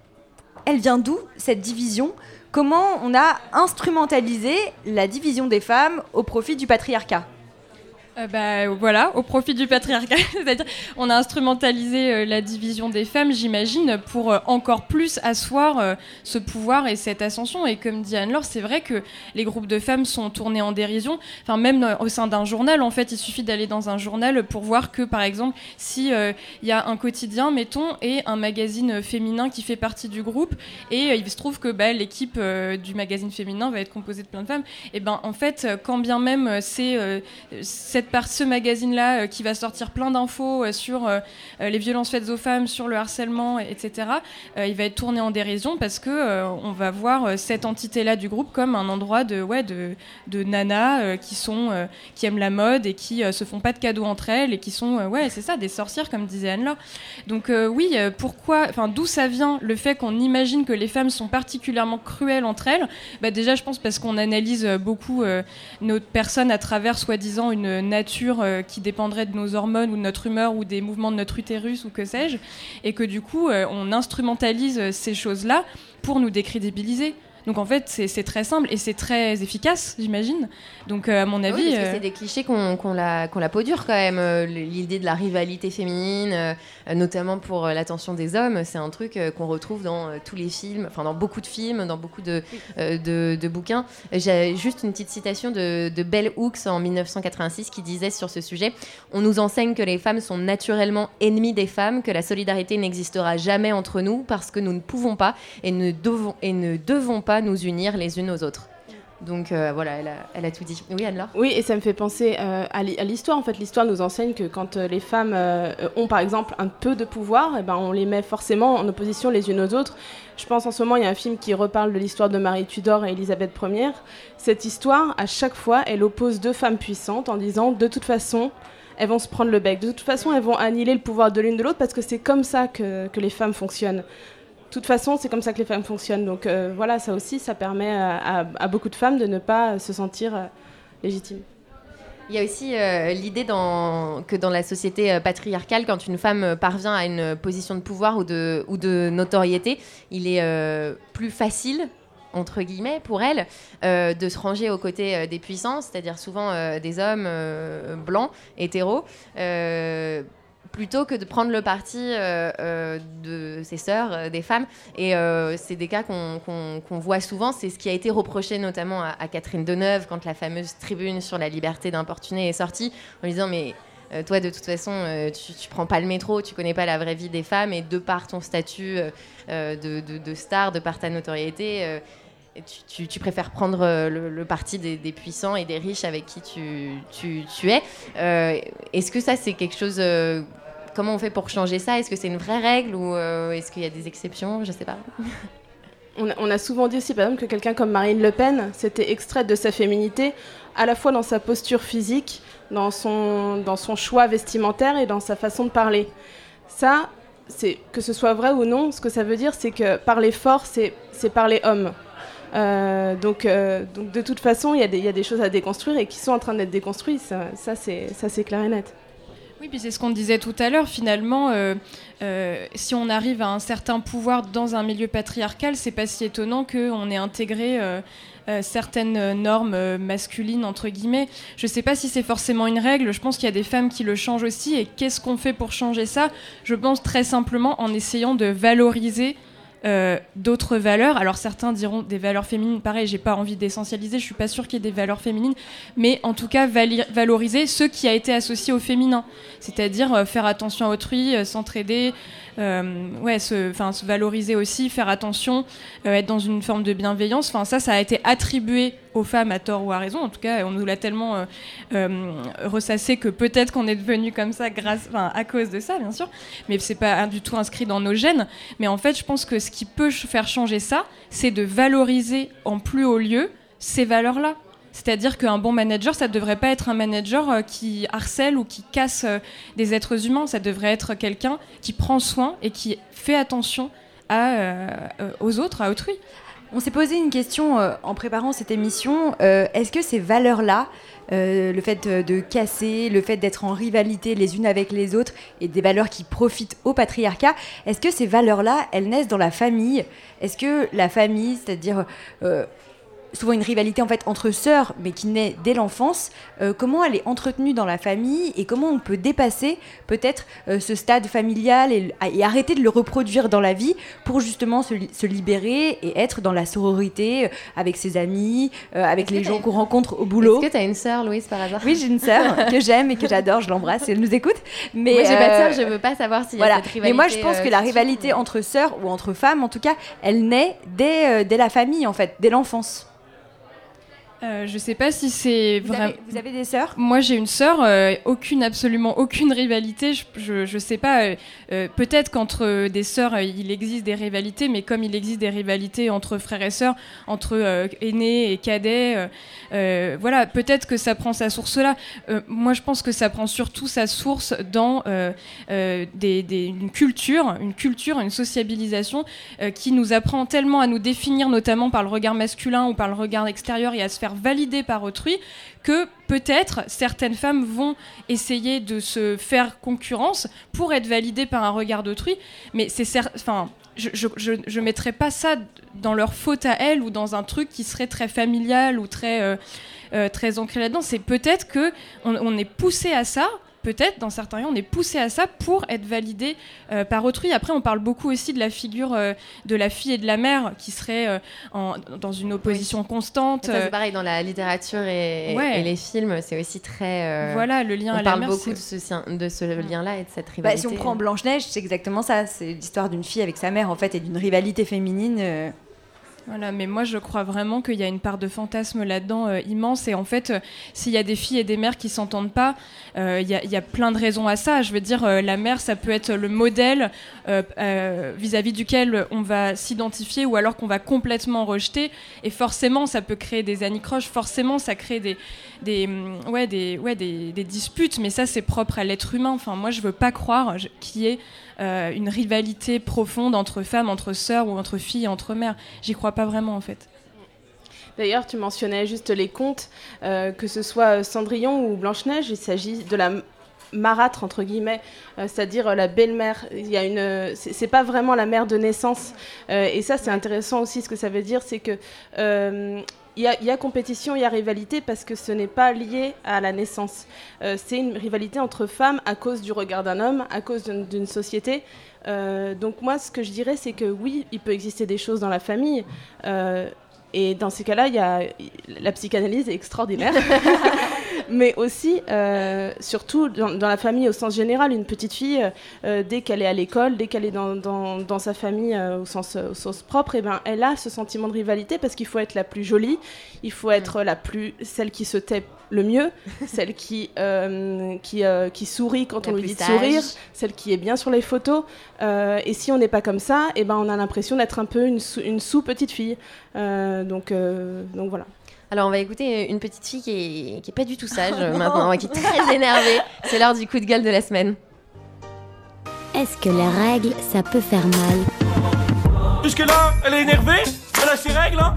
S6: elle vient d'où, cette division ? Comment on a instrumentalisé la division des femmes au profit du patriarcat ?
S7: Euh, bah, voilà, au profit du patriarcat, c'est-à-dire on a instrumentalisé euh, la division des femmes, j'imagine, pour euh, encore plus asseoir euh, ce pouvoir et cette ascension. Et comme dit Anne-Laure, c'est vrai que les groupes de femmes sont tournés en dérision. Enfin, même euh, au sein d'un journal, en fait, il suffit d'aller dans un journal pour voir que, par exemple, si il euh, y a un quotidien, mettons, et un magazine féminin qui fait partie du groupe, et euh, il se trouve que bah, l'équipe euh, du magazine féminin va être composée de plein de femmes. Et ben, en fait, quand bien même c'est euh, cette cette part, ce magazine-là euh, qui va sortir plein d'infos euh, sur euh, les violences faites aux femmes, sur le harcèlement, et cetera. Euh, il va être tourné en dérision parce que euh, on va voir euh, cette entité-là du groupe comme un endroit de ouais de, de nanas euh, qui sont euh, qui aiment la mode et qui euh, se font pas de cadeaux entre elles et qui sont euh, ouais c'est ça des sorcières comme disait Anne-Laure. Donc euh, oui euh, pourquoi enfin d'où ça vient le fait qu'on imagine que les femmes sont particulièrement cruelles entre elles? Bah déjà je pense parce qu'on analyse beaucoup euh, notre personne à travers soi-disant une nature euh, qui dépendrait de nos hormones ou de notre humeur ou des mouvements de notre utérus ou que sais-je, et que du coup euh, on instrumentalise ces choses-là pour nous décrédibiliser. Donc en fait, c'est, c'est très simple et c'est très efficace, j'imagine. Donc euh, à mon avis...
S5: Oui, parce que
S7: euh...
S5: c'est des clichés qu'on, qu'on, la, qu'on la peau dure quand même. Euh, l'idée de la rivalité féminine, euh, notamment pour euh, l'attention des hommes, c'est un truc euh, qu'on retrouve dans euh, tous les films, enfin dans beaucoup de films, dans beaucoup de, euh, de, de bouquins. J'ai juste une petite citation de, de Bell Hooks en dix-neuf cent quatre-vingt-six qui disait sur ce sujet « On nous enseigne que les femmes sont naturellement ennemies des femmes, que la solidarité n'existera jamais entre nous parce que nous ne pouvons pas et ne devons, et ne devons pas nous unir les unes aux autres. » Donc euh, voilà, elle a, elle a tout dit. Oui, Anne-Laure ?
S8: Oui, et ça me fait penser euh, à, li- à l'histoire. En fait, l'histoire nous enseigne que quand euh, les femmes euh, ont, par exemple, un peu de pouvoir, eh ben, on les met forcément en opposition les unes aux autres. Je pense en ce moment, il y a un film qui reparle de l'histoire de Marie Tudor et Élisabeth Première. Cette histoire, à chaque fois, elle oppose deux femmes puissantes en disant, de toute façon, elles vont se prendre le bec. De toute façon, elles vont annihiler le pouvoir de l'une de l'autre parce que c'est comme ça que, que les femmes fonctionnent. De toute façon, c'est comme ça que les femmes fonctionnent. Donc euh, voilà, ça aussi, ça permet à, à, à beaucoup de femmes de ne pas se sentir euh, légitimes.
S5: Il y a aussi euh, l'idée dans, que dans la société euh, patriarcale, quand une femme parvient à une position de pouvoir ou de, ou de notoriété, il est euh, plus facile, entre guillemets, pour elle, euh, de se ranger aux côtés euh, des puissants, c'est-à-dire souvent euh, des hommes euh, blancs, hétéros, euh, plutôt que de prendre le parti euh, euh, de ses sœurs, euh, des femmes. Et euh, c'est des cas qu'on, qu'on, qu'on voit souvent. C'est ce qui a été reproché notamment à, à Catherine Deneuve quand la fameuse tribune sur la liberté d'importuner est sortie, en lui disant « mais euh, toi, de toute façon, euh, tu, tu prends pas le métro, tu connais pas la vraie vie des femmes, et de par ton statut euh, de, de, de star, de par ta notoriété... Euh, Tu, tu, tu préfères prendre euh, le, le parti des, des puissants et des riches avec qui tu, tu, tu es. Euh, est-ce que ça, c'est quelque chose... Euh, comment on fait pour changer ça ? Est-ce que c'est une vraie règle ou euh, est-ce qu'il y a des exceptions ? Je ne sais pas.
S8: On a, on a souvent dit aussi, par exemple, que quelqu'un comme Marine Le Pen s'était extraite de sa féminité, à la fois dans sa posture physique, dans son, dans son choix vestimentaire et dans sa façon de parler. Ça, c'est, que ce soit vrai ou non, ce que ça veut dire, c'est que parler fort, c'est, c'est parler homme. Euh, donc, euh, donc de toute façon, il y, y a des choses à déconstruire et qui sont en train d'être déconstruites. Ça, ça, c'est, ça c'est clair et net.
S7: Oui, puis c'est ce qu'on disait tout à l'heure. Finalement, euh, euh, si on arrive à un certain pouvoir dans un milieu patriarcal, c'est pas si étonnant qu'on ait intégré euh, euh, certaines normes euh, masculines, entre guillemets. Je sais pas si c'est forcément une règle. Je pense qu'il y a des femmes qui le changent aussi. Et qu'est-ce qu'on fait pour changer ça ? Je pense très simplement en essayant de valoriser Euh, d'autres valeurs. Alors certains diront des valeurs féminines, pareil, j'ai pas envie d'essentialiser, je suis pas sûre qu'il y ait des valeurs féminines, mais en tout cas vali- valoriser ce qui a été associé au féminin, c'est-à-dire euh, faire attention à autrui, euh, s'entraider, euh, ouais, se, se valoriser aussi, faire attention, euh, être dans une forme de bienveillance. Enfin ça, ça a été attribué aux femmes à tort ou à raison. En tout cas, on nous l'a tellement euh, euh, ressassé que peut-être qu'on est devenu comme ça grâce, enfin à cause de ça, bien sûr. Mais c'est pas du tout inscrit dans nos gènes. Mais en fait, je pense que ce qui peut faire changer ça, c'est de valoriser en plus haut lieu ces valeurs-là. C'est-à-dire qu'un bon manager, ça ne devrait pas être un manager euh, qui harcèle ou qui casse euh, des êtres humains. Ça devrait être quelqu'un qui prend soin et qui fait attention à, euh, euh, aux autres, à autrui.
S6: On s'est posé une question euh, en préparant cette émission. Euh, est-ce que ces valeurs-là, euh, le fait de, de casser, le fait d'être en rivalité les unes avec les autres, et des valeurs qui profitent au patriarcat, est-ce que ces valeurs-là, elles naissent dans la famille ? Est-ce que la famille, c'est-à-dire... Euh, souvent une rivalité en fait entre sœurs, mais qui naît dès l'enfance, euh, comment elle est entretenue dans la famille et comment on peut dépasser peut-être euh, ce stade familial et, et arrêter de le reproduire dans la vie pour justement se, se libérer et être dans la sororité euh, avec ses amis, euh, avec Est-ce les gens qu'on rencontre au boulot.
S5: Est-ce que tu as une sœur, Louise, par hasard ?
S6: Oui, j'ai une sœur que j'aime et que j'adore, je l'embrasse et elle nous écoute. Mais
S5: moi, j'ai
S6: euh,
S5: pas de sœur, je veux pas savoir s'il
S6: voilà.
S5: y a cette rivalité.
S6: Mais moi, je pense
S5: euh,
S6: que la rivalité entre sœurs ou entre femmes, en tout cas, elle naît dès, euh, dès la famille, en fait, dès l'enfance.
S7: Euh, je sais pas si c'est
S6: Vous,
S7: vraiment.
S6: avez, vous avez des sœurs ?
S7: Moi, j'ai une sœur, euh, aucune, absolument aucune rivalité. Je, je, je sais pas. Euh, euh, peut-être qu'entre des sœurs, euh, il existe des rivalités, mais comme il existe des rivalités entre frères et sœurs, entre euh, aînés et cadets, euh, euh, voilà, peut-être que ça prend sa source là. Euh, moi, je pense que ça prend surtout sa source dans euh, euh, des, des, une culture, une culture, une sociabilisation euh, qui nous apprend tellement à nous définir, notamment par le regard masculin ou par le regard extérieur, et à se faire valider par autrui, que peut-être certaines femmes vont essayer de se faire concurrence pour être validées par un regard d'autrui, mais c'est cer- enfin, je, je, je, je mettrais pas ça dans leur faute à elles ou dans un truc qui serait très familial ou très, euh, euh, très ancré là-dedans. C'est peut-être qu'on on est poussé à ça. Peut-être, dans certains cas, on est poussé à ça pour être validé euh, par autrui. Après, on parle beaucoup aussi de la figure euh, de la fille et de la mère qui serait euh, en, dans une opposition oui. constante.
S5: Ça, c'est pareil dans la littérature et, ouais. et les films, c'est aussi très... Euh,
S7: voilà, le lien
S5: on
S7: à
S5: parle
S7: la mère,
S5: beaucoup de ce, de ce lien-là et de cette rivalité.
S6: Bah, si on prend Blanche-Neige, c'est exactement ça. C'est l'histoire d'une fille avec sa mère, en fait, et d'une rivalité féminine... Euh...
S7: Voilà, mais moi je crois vraiment qu'il y a une part de fantasme là-dedans euh, immense, et en fait euh, s'il y a des filles et des mères qui s'entendent pas, il euh, y, y a plein de raisons à ça. Je veux dire, euh, la mère, ça peut être le modèle euh, euh, vis-à-vis duquel on va s'identifier ou alors qu'on va complètement rejeter, et forcément ça peut créer des anicroches, forcément ça crée des, des, ouais, des, ouais, des, des disputes, mais ça c'est propre à l'être humain. Enfin, moi je veux pas croire je, qu'il y ait Euh, une rivalité profonde entre femmes, entre sœurs ou entre filles, entre mères. J'y crois pas vraiment en fait.
S8: D'ailleurs, tu mentionnais juste les contes, euh, que ce soit Cendrillon ou Blanche-Neige, il s'agit de la marâtre entre guillemets, euh, c'est-à-dire euh, la belle-mère. Il y a une, euh, c'est, c'est pas vraiment la mère de naissance, euh, et ça c'est intéressant aussi. Ce que ça veut dire, c'est que euh, Il y, a, il y a compétition, il y a rivalité parce que ce n'est pas lié à la naissance. Euh, c'est une rivalité entre femmes à cause du regard d'un homme, à cause d'une, d'une société. Euh, donc moi, ce que je dirais, c'est que oui, il peut exister des choses dans la famille. Euh, et dans ces cas-là, il y a, la psychanalyse est extraordinaire. Mais aussi, euh, surtout dans, dans la famille au sens général, une petite fille, euh, dès qu'elle est à l'école, dès qu'elle est dans, dans, dans sa famille euh, au, sens, au sens propre, eh ben, elle a ce sentiment de rivalité parce qu'il faut être la plus jolie, il faut être la plus, celle qui se tait le mieux, celle qui, euh, qui, euh, qui sourit quand la on lui dit de sourire, celle qui est bien sur les photos. Euh, et si on n'est pas comme ça, eh ben, on a l'impression d'être un peu une, sous, une sous-petite fille. Euh, donc, euh, donc voilà.
S5: Alors on va écouter une petite fille qui est, qui est pas du tout sage oh maintenant, qui est très énervée. C'est l'heure du coup de gueule de la semaine.
S13: Est-ce que les règles, ça peut faire mal ?
S17: Jusque-là, elle est énervée ? Elle a ses règles, hein ?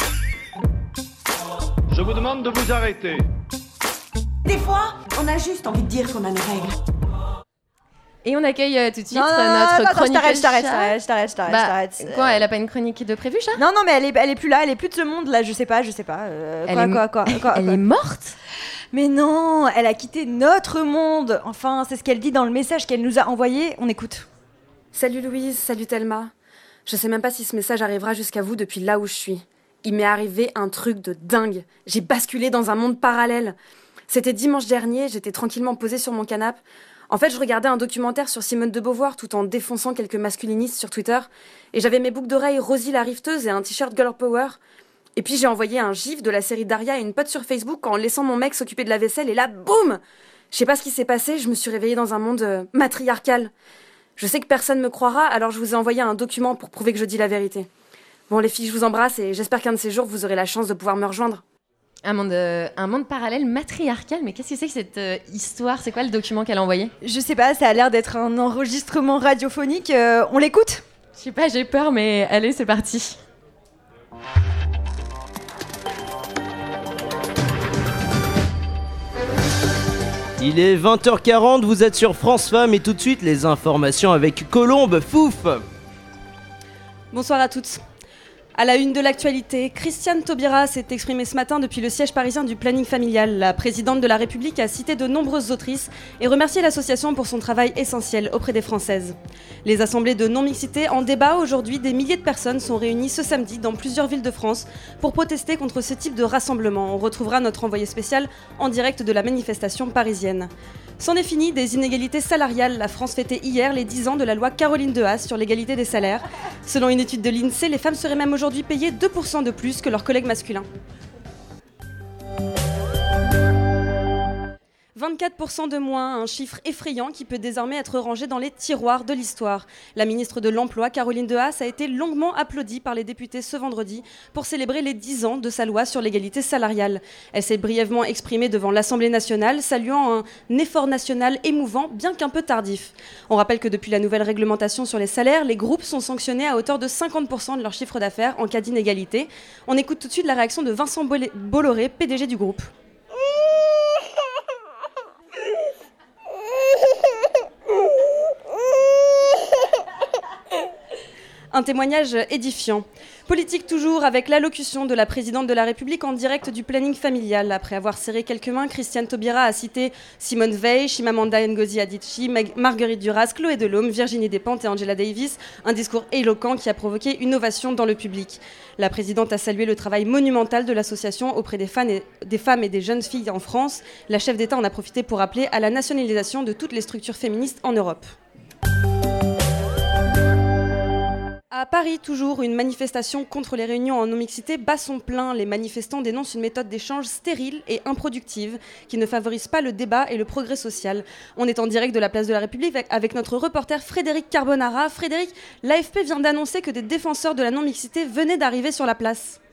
S12: Je vous demande de vous arrêter.
S18: Des fois, on a juste envie de dire qu'on a nos règles.
S5: Et on accueille euh, tout de suite
S6: non, non,
S5: notre
S6: non,
S5: chronique.
S6: Non, je t'arrête, je t'arrête, je t'arrête, je t'arrête,
S5: bah,
S6: je t'arrête.
S5: Quoi, elle a pas une chronique de prévu, chat ?
S6: Non, non, mais elle est, elle est plus là, elle est plus de ce monde là, je sais pas, je sais pas. Euh,
S5: elle
S6: quoi,
S5: est,
S6: quoi, quoi, quoi,
S5: elle
S6: quoi.
S5: est morte ?
S6: Mais non, elle a quitté notre monde. Enfin, c'est ce qu'elle dit dans le message qu'elle nous a envoyé. On écoute.
S19: Salut Louise, salut Thelma. Je sais même pas si ce message arrivera jusqu'à vous depuis là où je suis. Il m'est arrivé un truc de dingue. J'ai basculé dans un monde parallèle. C'était dimanche dernier, j'étais tranquillement posée sur mon canapé. En fait, je regardais un documentaire sur Simone de Beauvoir tout en défonçant quelques masculinistes sur Twitter. Et j'avais mes boucles d'oreilles Rosie la rifteuse et un t-shirt Girl Power. Et puis j'ai envoyé un gif de la série Daria à une pote sur Facebook en laissant mon mec s'occuper de la vaisselle. Et là, boum ! Je sais pas ce qui s'est passé, je me suis réveillée dans un monde euh, matriarcal. Je sais que personne me croira, alors je vous ai envoyé un document pour prouver que je dis la vérité. Bon les filles, je vous embrasse et j'espère qu'un de ces jours, vous aurez la chance de pouvoir me rejoindre.
S5: Un monde, euh, un monde parallèle matriarcal, mais qu'est-ce que c'est que cette euh, histoire ? C'est quoi le document qu'elle a envoyé ?
S6: Je sais pas, ça a l'air d'être un enregistrement radiophonique. Euh, on l'écoute ?
S5: Je sais pas, j'ai peur, mais allez, c'est parti.
S20: Il est vingt heures quarante, vous êtes sur France Femmes et tout de suite les informations avec Colombe Fouf.
S21: Bonsoir à toutes. À la une de l'actualité, Christiane Taubira s'est exprimée ce matin depuis le siège parisien du planning familial. La présidente de la République a cité de nombreuses autrices et remercié l'association pour son travail essentiel auprès des Françaises. Les assemblées de non-mixité en débat aujourd'hui, des milliers de personnes sont réunies ce samedi dans plusieurs villes de France pour protester contre ce type de rassemblement. On retrouvera notre envoyé spécial en direct de la manifestation parisienne. C'en est fini des inégalités salariales. La France fêtait hier les dix ans de la loi Caroline de Haas sur l'égalité des salaires. Selon une étude de l'INSEE, les femmes seraient même aujourd'hui payées deux pour cent de plus que leurs collègues masculins. vingt-quatre pour cent de moins, un chiffre effrayant qui peut désormais être rangé dans les tiroirs de l'histoire. La ministre de l'Emploi, Caroline Dehaas, a été longuement applaudie par les députés ce vendredi pour célébrer les dix ans de sa loi sur l'égalité salariale. Elle s'est brièvement exprimée devant l'Assemblée nationale, saluant un effort national émouvant, bien qu'un peu tardif. On rappelle que depuis la nouvelle réglementation sur les salaires, les groupes sont sanctionnés à hauteur de cinquante pour cent de leur chiffre d'affaires en cas d'inégalité. On écoute tout de suite la réaction de Vincent Bolloré, P D G du groupe. Un témoignage édifiant. Politique toujours, avec l'allocution de la présidente de la République en direct du planning familial. Après avoir serré quelques mains, Christiane Taubira a cité Simone Veil, Chimamanda Ngozi Adichie, Meg- Marguerite Duras, Chloé Delhomme, Virginie Despentes et Angela Davis. Un discours éloquent qui a provoqué une ovation dans le public. La présidente a salué le travail monumental de l'association auprès des, fans et, des femmes et des jeunes filles en France. La chef d'État en a profité pour appeler à la nationalisation de toutes les structures féministes en Europe. À Paris, toujours, une manifestation contre les réunions en non-mixité bat son plein. Les manifestants dénoncent une méthode d'échange stérile et improductive qui ne favorise pas le débat et le progrès social. On est en direct de la place de la République avec notre reporter Frédéric Carbonara. Frédéric, l'A F P vient d'annoncer que des défenseurs de la non-mixité venaient d'arriver sur la place.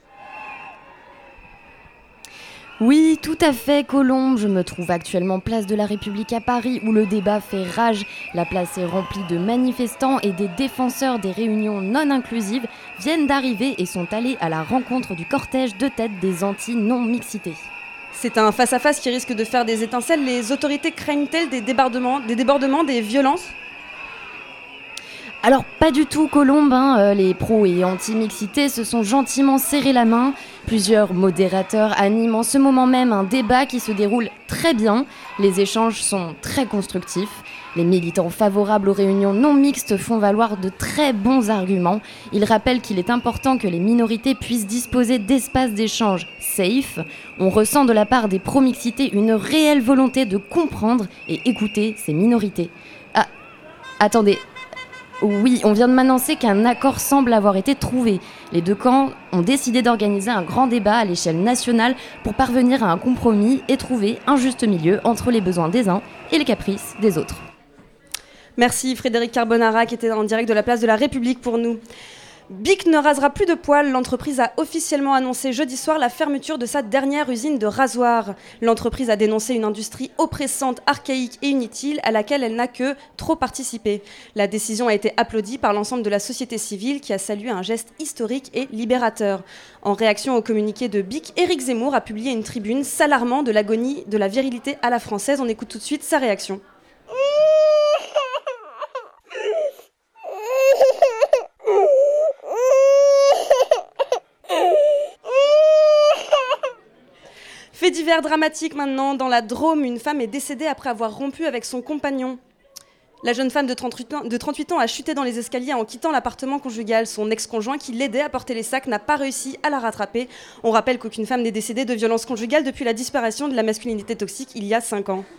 S2: Oui, tout à fait, Colombe. Je me trouve actuellement place de la République à Paris où le débat fait rage. La place est remplie de manifestants et des défenseurs des réunions non inclusives viennent d'arriver et sont allés à la rencontre du cortège de tête des anti-non-mixité.
S21: C'est un face-à-face qui risque de faire des étincelles. Les autorités craignent-elles des débordements, des débordements, des violences ?
S2: Alors pas du tout, Colombe, hein. euh, les pros et anti-mixité se sont gentiment serrés la main. Plusieurs modérateurs animent en ce moment même un débat qui se déroule très bien. Les échanges sont très constructifs. Les militants favorables aux réunions non mixtes font valoir de très bons arguments. Ils rappellent qu'il est important que les minorités puissent disposer d'espaces d'échange safe. On ressent de la part des pro-mixité une réelle volonté de comprendre et écouter ces minorités. Ah, attendez. Oui, on vient de m'annoncer qu'un accord semble avoir été trouvé. Les deux camps ont décidé d'organiser un grand débat à l'échelle nationale pour parvenir à un compromis et trouver un juste milieu entre les besoins des uns et les caprices des autres.
S21: Merci Frédéric Carbonara qui était en direct de la place de la République pour nous. Bic ne rasera plus de poils. L'entreprise a officiellement annoncé jeudi soir la fermeture de sa dernière usine de rasoirs. L'entreprise a dénoncé une industrie oppressante, archaïque et inutile à laquelle elle n'a que trop participé. La décision a été applaudie par l'ensemble de la société civile qui a salué un geste historique et libérateur. En réaction au communiqué de Bic, Éric Zemmour a publié une tribune s'alarmant de l'agonie de la virilité à la française. On écoute tout de suite sa réaction. Fait divers dramatique maintenant, dans la Drôme, une femme est décédée après avoir rompu avec son compagnon. La jeune femme de trente-huit ans, de trente-huit ans a chuté dans les escaliers en quittant l'appartement conjugal. Son ex-conjoint qui l'aidait à porter les sacs n'a pas réussi à la rattraper. On rappelle qu'aucune femme n'est décédée de violence conjugale depuis la disparition de la masculinité toxique il y a cinq ans.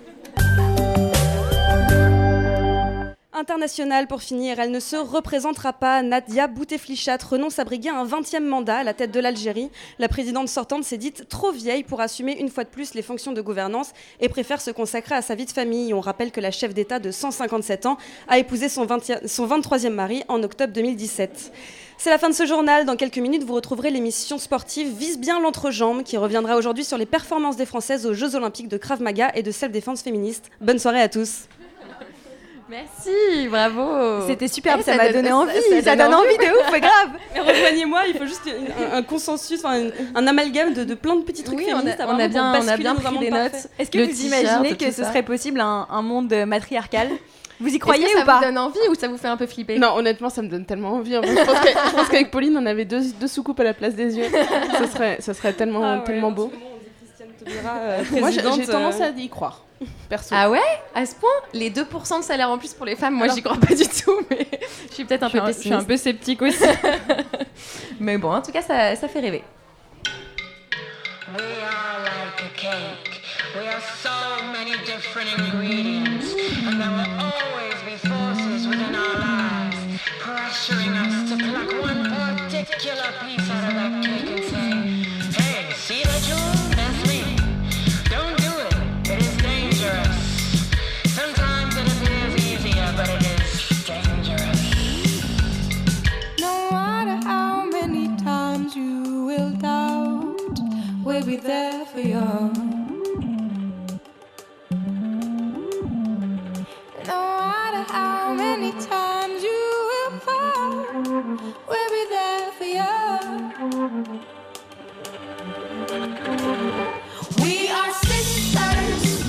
S21: Internationale pour finir, elle ne se représentera pas. Nadia Bouteflichat renonce à briguer un vingtième mandat à la tête de l'Algérie. La présidente sortante s'est dite trop vieille pour assumer une fois de plus les fonctions de gouvernance et préfère se consacrer à sa vie de famille. On rappelle que la chef d'État de cent cinquante-sept ans a épousé son, vingtième, son vingt-troisième mari en octobre deux mille dix-sept. C'est la fin de ce journal. Dans quelques minutes, vous retrouverez l'émission sportive Vise bien l'entrejambe qui reviendra aujourd'hui sur les performances des Françaises aux Jeux Olympiques de Krav Maga et de self-défense féministe. Bonne soirée à tous.
S5: Merci, bravo.
S6: C'était super,
S5: Eh,
S6: ça,
S5: ça
S6: m'a
S5: donne-
S6: donné envie,
S5: ça- ça
S6: ça,
S5: donne
S6: donne envie
S5: envie.
S6: de ouf, mais grave.
S21: Mais rejoignez-moi, il faut juste un, un consensus, un, un amalgame de, de plein de petits trucs
S5: Oui, on a-
S21: féministes.
S5: on a
S21: vraiment
S5: bien-
S21: pour
S5: on a
S21: basculer
S5: bien
S21: dans un
S5: pris
S21: monde
S5: des
S21: parfait.
S5: notes.
S6: Est-ce que
S5: Le
S6: vous
S5: t-shirt,
S6: imaginez que
S5: tout
S6: ce
S5: ça.
S6: serait possible un, un monde matriarcal? Vous y croyez
S5: Est-ce que
S6: ou
S5: ça
S6: pas
S5: vous donne envie ou ça vous fait un peu flipper?
S8: Non, honnêtement, ça me donne tellement envie. Je pense que- je pense qu'avec Pauline, on avait deux, deux soucoupes à la place des yeux. Ça serait, ça serait tellement,
S21: Ah ouais,
S8: tellement beau.
S21: Euh,
S8: Moi, j'ai
S21: présidente,
S8: j'ai tendance
S21: euh,
S8: à y croire, perso.
S5: Ah ouais? À ce point? Les deux pour cent de salaire en plus pour les femmes, moi
S21: Alors-
S5: j'y crois pas du tout, mais je suis peut-être un
S7: Je suis
S5: peu
S7: un- je suis un
S5: pessimiste.
S7: peu sceptique aussi.
S5: Mais bon, en tout cas, ça, ça fait rêver.
S22: We are like a cake. We are so many different ingredients. And there will always be forces within our lives pressuring us to pluck one particular piece out of that cake and say, hey, see that jewel? That's me. Don't do it. It is dangerous.
S11: for you. No matter how many times you will fall, we'll be there for you. We are sisters.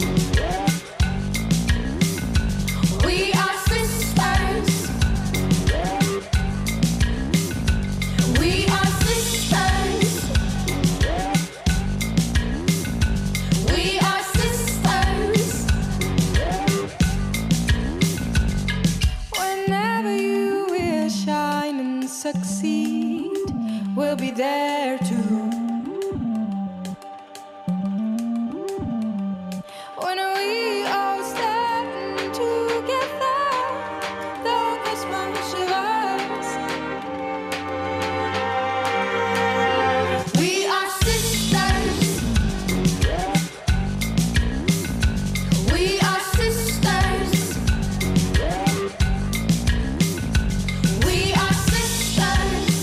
S11: We are sisters. We are sisters. We are sisters. Whenever you will shine and succeed, we'll be there too. When we all stand together, darkness won't shivers. We are sisters. We are sisters. We are sisters.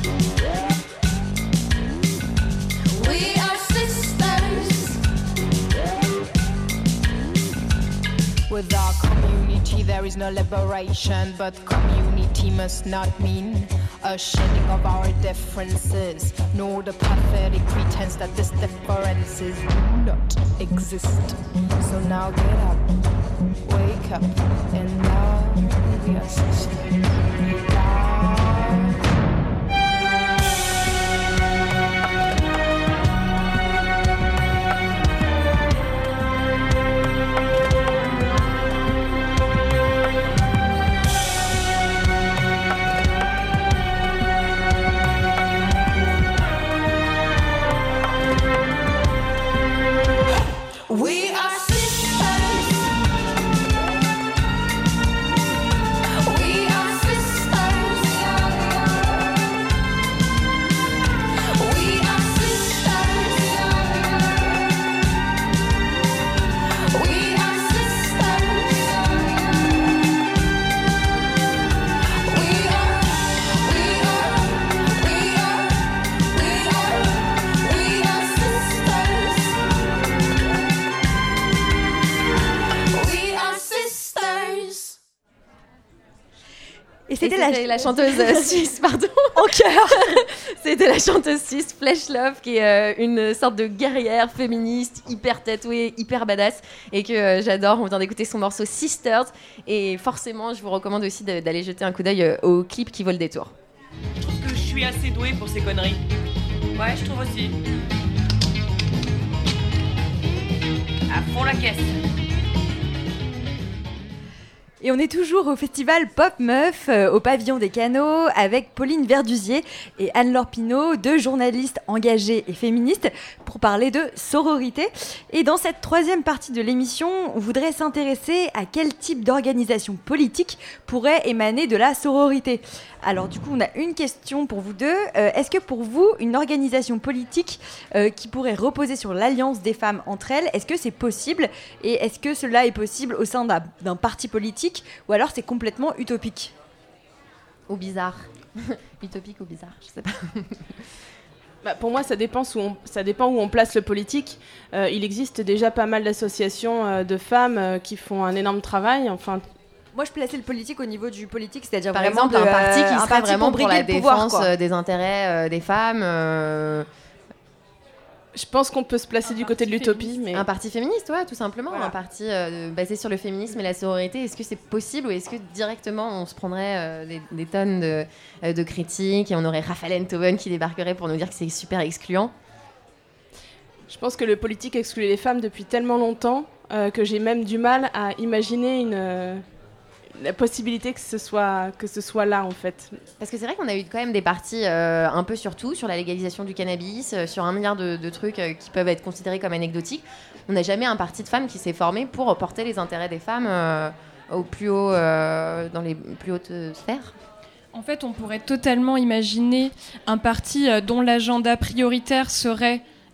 S11: We are sisters.
S1: With our community there is no liberation, but community must not mean a shedding of our differences, nor the pathetic pretense that these differences do not exist. So now get up, wake up, and love your sister. Love.
S11: We are sisters. We are sisters. We are sisters. We are sisters. We are, we are, we are, we are, we are sisters. We are sisters.
S5: Et c'était la... la chanteuse euh, suisse, pardon.
S6: En cœur.
S5: C'était la chanteuse suisse Flesh Love, qui est euh, une sorte de guerrière féministe, hyper tatouée, hyper badass, et que euh, j'adore. On vient d'écouter son morceau Sisters, et forcément, je vous recommande aussi de- d'aller jeter un coup d'œil euh, au clip qui vaut le détour.
S4: Je trouve que je suis assez douée pour ces conneries. Ouais, je trouve aussi. À fond la caisse.
S6: Et on est toujours au festival Pop Meuf, euh, au pavillon des Canaux, avec Pauline Verdusier et Anne-Laure Pinault, deux journalistes engagées et féministes, pour parler de sororité. Et dans cette troisième partie de l'émission, on voudrait s'intéresser à quel type d'organisation politique pourrait émaner de la sororité. Alors du coup, on a une question pour vous deux. Euh, est-ce que pour vous, une organisation politique euh, qui pourrait reposer sur l'alliance des femmes entre elles, est-ce que c'est possible? Et est-ce que cela est possible au sein d'un, d'un parti politique, ou alors c'est complètement utopique?
S5: Ou bizarre. Utopique ou bizarre, je sais pas.
S8: Bah, pour moi, ça dépend, où on, ça dépend où on place le politique. Euh, il existe déjà pas mal d'associations euh, de femmes euh, qui font un énorme travail. Enfin,
S6: Moi, je plaçais le politique au niveau du politique, c'est-à-dire
S5: Par
S6: vraiment
S5: exemple, un
S6: de,
S5: parti qui
S6: euh, un
S5: serait
S6: parti
S5: vraiment pour la
S6: briguer le pouvoir,
S5: défense
S6: quoi.
S5: euh, des intérêts euh, des femmes. euh,
S8: je pense qu'on peut se placer du côté de l'utopie, mais
S5: Un parti féministe, ouais, tout simplement.
S8: Voilà.
S5: Un parti euh, basé sur le féminisme et la sororité. Est-ce que c'est possible, ou est-ce que directement on se prendrait euh, des, des tonnes de, euh, de critiques et on aurait Raphaël Enthoven qui débarquerait pour nous dire que c'est super excluant?
S8: je pense que le politique exclut les femmes depuis tellement longtemps euh, que j'ai même du mal à imaginer une, euh, la possibilité que ce soit, que ce soit là, en fait.
S5: Parce que c'est vrai qu'on a eu quand même des partis euh, un peu sur tout, sur la légalisation du cannabis, euh, sur un milliard de, de trucs euh, qui peuvent être considérés comme anecdotiques. On n'a jamais un parti de femmes qui s'est formé pour porter les intérêts des femmes euh, au plus haut, euh, dans les plus hautes euh, sphères.
S7: En fait, on pourrait totalement imaginer un parti euh, dont l'agenda prioritaire serait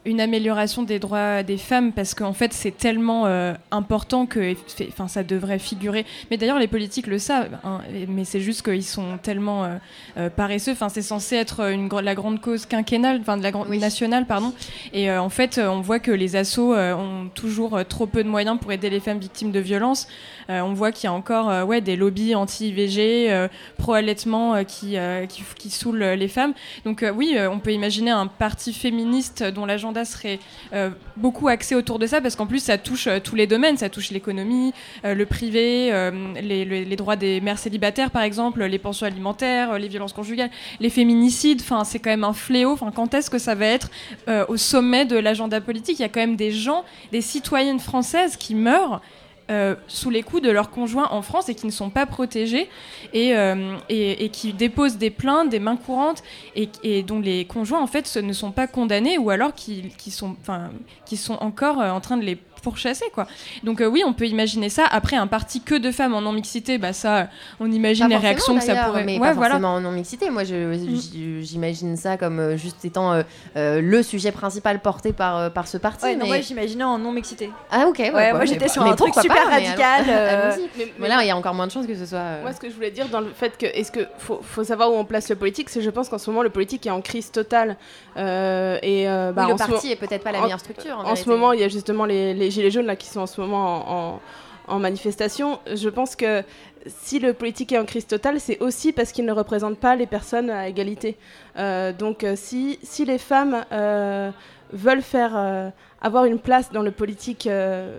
S7: une amélioration des droits des femmes parce qu'en fait c'est tellement euh, important que enfin ça devrait figurer, mais d'ailleurs les politiques le savent hein, mais c'est juste qu'ils sont tellement euh, euh, paresseux, enfin c'est censé être une, la grande cause quinquennale, enfin de la grande oui. nationale pardon, et euh, en fait on voit que les assos euh, ont toujours euh, trop peu de moyens pour aider les femmes victimes de violences. Euh, on voit qu'il y a encore euh, ouais, des lobbies anti-I V G, euh, pro-allaitement euh, qui, euh, qui, qui saoulent les femmes. Donc euh, oui, euh, on peut imaginer un parti féministe dont l'agenda serait euh, beaucoup axé autour de ça, parce qu'en plus ça touche euh, tous les domaines, ça touche l'économie, euh, le privé, euh, les, les, les droits des mères célibataires par exemple, les pensions alimentaires, euh, les violences conjugales, les féminicides, enfin c'est quand même un fléau. Enfin, quand est-ce que ça va être euh, au sommet de l'agenda politique ? Il y a quand même des gens, des citoyennes françaises qui meurent Euh, sous les coups de leurs conjoints en France et qui ne sont pas protégés et, euh, et, et qui déposent des plaintes, des mains courantes et, et dont les conjoints en fait ne sont pas condamnés ou alors qui, qui, sont, qui sont encore euh, en train de les pourchasser quoi. Donc euh, oui, on peut imaginer ça. Après, un parti que de femmes en non-mixité, bah ça, on imagine pas les réactions que ça pourrait...
S5: Mais
S7: ouais,
S5: pas
S7: voilà.
S5: forcément en non-mixité. Moi, je, mm. j'imagine ça comme euh, juste étant euh, euh, le sujet principal porté par, euh, par ce parti.
S6: Ouais,
S5: mais...
S6: non, moi, j'imaginais en non-mixité.
S5: Ah ok. Ouais,
S6: ouais,
S5: bah,
S6: moi, j'étais sur
S5: mais
S6: un truc super
S5: pas,
S6: radical.
S5: Mais,
S6: euh...
S5: mais, mais, mais là, il y a encore moins de chances que ce soit... Euh...
S8: Moi, ce que je voulais dire dans le fait que... Est-ce que faut, faut savoir où on place le politique, c'est je pense qu'en ce moment, le politique est en crise totale. Euh, et, euh, bah,
S5: oui, le
S8: en
S5: parti
S8: ce...
S5: est peut-être pas la meilleure structure. En,
S8: en ce moment, il y a justement les, les gilets jaunes là, qui sont en ce moment en, en, en manifestation. Je pense que si le politique est en crise totale, c'est aussi parce qu'il ne représente pas les personnes à égalité. Euh, donc euh, si, si les femmes euh, veulent faire, euh, avoir une place dans le politique... Euh,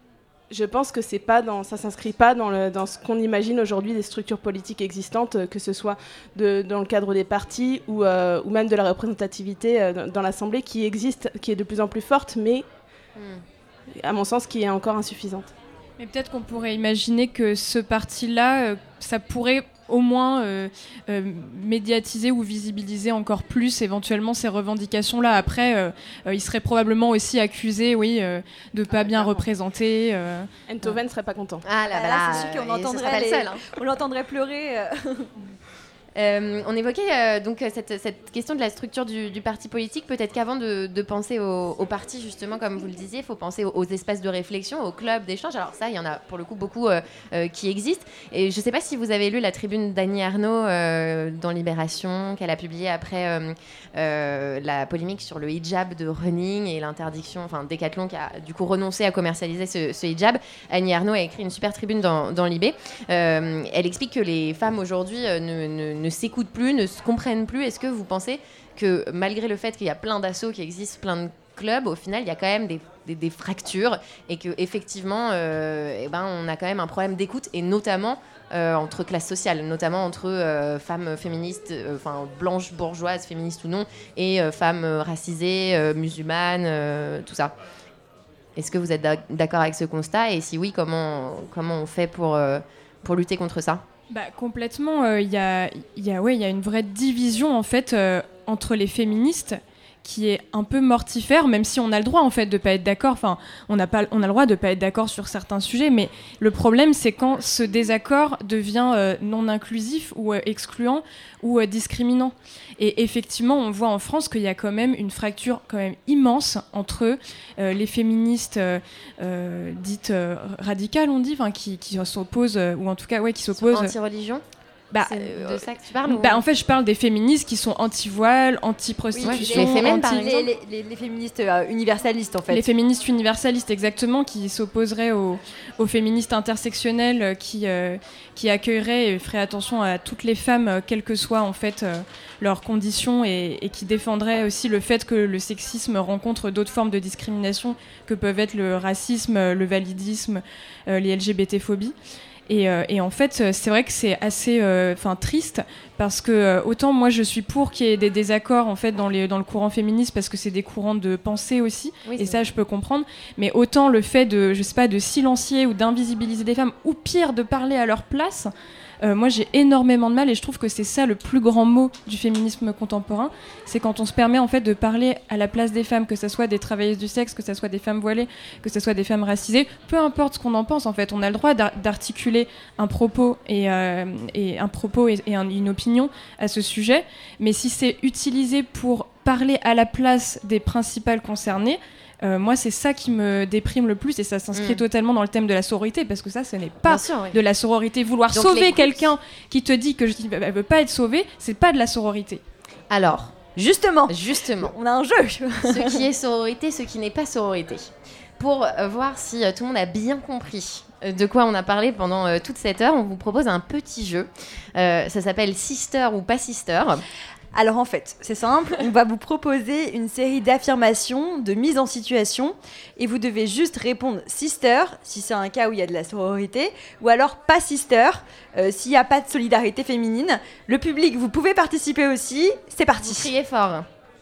S8: je pense que c'est pas dans, ça s'inscrit pas dans, le, dans ce qu'on imagine aujourd'hui des structures politiques existantes, que ce soit de, dans le cadre des partis ou, euh, ou même de la représentativité euh, dans, dans l'Assemblée qui existe, qui est de plus en plus forte, mais mm. à mon sens qui est encore insuffisante.
S7: Mais peut-être qu'on pourrait imaginer que ce parti-là, euh, ça pourrait au moins euh, euh, médiatiser ou visibiliser encore plus éventuellement ces revendications-là. Après, euh, euh, il serait probablement aussi accusé, oui, euh, de pas bien représenter. Euh,
S8: Enthoven ne serait pas content.
S5: Ah là,
S6: là,
S5: là
S6: c'est sûr qu'on entendrait, les... seul, hein. On l'entendrait pleurer. Euh...
S5: Euh, on évoquait euh, donc cette, cette question de la structure du, du parti politique. Peut-être qu'avant de, de penser au, au parti, justement, comme vous le disiez, il faut penser aux, aux espaces de réflexion, aux clubs d'échange. Alors ça, il y en a pour le coup beaucoup euh, euh, qui existent. Et je ne sais pas si vous avez lu la tribune d'Annie Ernaux euh, dans Libération, qu'elle a publiée après euh, euh, la polémique sur le hijab de running et l'interdiction, enfin Decathlon qui a du coup renoncé à commercialiser ce, ce hijab. Annie Ernaux a écrit une super tribune dans, dans Libé. Euh, elle explique que les femmes aujourd'hui euh, ne, ne, ne ne s'écoutent plus, ne se comprennent plus. Est-ce que vous pensez que malgré le fait qu'il y a plein d'assauts qui existent, plein de clubs, au final, il y a quand même des, des, des fractures et qu'effectivement, euh, eh ben, on a quand même un problème d'écoute et notamment euh, entre classes sociales, notamment entre euh, femmes féministes, enfin euh, blanches, bourgeoises, féministes ou non, et euh, femmes racisées, euh, musulmanes, euh, tout ça. Est-ce que vous êtes d'accord avec ce constat? Et si oui, comment, comment on fait pour, euh, pour lutter contre ça?
S7: Bah, complètement. Il euh, y, a, y, a, ouais, y a une vraie division en fait, euh, entre les féministes qui est un peu mortifère, même si on a le droit en fait de pas être d'accord. Enfin, on a pas, on a le droit de pas être d'accord sur certains sujets, mais le problème c'est quand ce désaccord devient euh, non inclusif ou euh, excluant ou euh, discriminant. Et effectivement, on voit en France qu'il y a quand même une fracture quand même immense entre euh, les féministes euh, euh, dites euh, radicales, on dit, enfin qui, qui s'opposent euh, ou en tout cas ouais qui s'opposent.
S5: Anti-religion.
S7: Bah,
S5: c'est de ça que tu parles ou...
S7: bah, en fait, je parle des féministes qui sont anti-voile, anti-prostitution.
S5: Oui, les, fémènes,
S6: anti... les, les, les, les féministes euh, universalistes, en fait.
S7: Les féministes universalistes, exactement, qui s'opposeraient aux, aux féministes intersectionnelles qui, euh, qui accueilleraient et feraient attention à toutes les femmes, euh, quelles que soient en fait, euh, leurs conditions, et, et qui défendraient aussi le fait que le sexisme rencontre d'autres formes de discrimination que peuvent être le racisme, le validisme, euh, les L G B T-phobies. Et, euh, et en fait, c'est vrai que c'est assez euh, triste parce que euh, autant moi je suis pour qu'il y ait des désaccords en fait, dans, les, dans le courant féministe parce que c'est des courants de pensée aussi, oui, et ça vrai. Je peux comprendre, mais autant le fait de, je sais pas, de silencier ou d'invisibiliser des femmes ou pire de parler à leur place, Euh, moi j'ai énormément de mal et je trouve que c'est ça le plus grand mot du féminisme contemporain, c'est quand on se permet en fait de parler à la place des femmes, que ce soit des travailleuses du sexe, que ce soit des femmes voilées, que ce soit des femmes racisées, peu importe ce qu'on en pense en fait, on a le droit d'ar- d'articuler un propos et, euh, et un propos et, et un, une opinion à ce sujet, mais si c'est utilisé pour parler à la place des principales concernées. Euh, moi, c'est ça qui me déprime le plus et ça s'inscrit mmh. totalement dans le thème de la sororité parce que ça, ce n'est pas sûr, oui. de la sororité. Vouloir Donc, sauver quelqu'un qui te dit que je ne veut pas être sauvé, c'est pas de la sororité.
S5: Alors,
S6: justement,
S5: justement,
S6: on a un jeu.
S5: Ce qui est sororité, ce qui n'est pas sororité. Pour euh, voir si euh, tout le monde a bien compris de quoi on a parlé pendant euh, toute cette heure, on vous propose un petit jeu. Euh, ça s'appelle Sister ou pas Sister.
S6: Alors en fait, c'est simple, on va vous proposer une série d'affirmations, de mise en situation, et vous devez juste répondre sister, si c'est un cas où il y a de la sororité, ou alors pas sister, euh, s'il n'y a pas de solidarité féminine. Le public, vous pouvez participer aussi, c'est parti.
S5: Vous criez fort.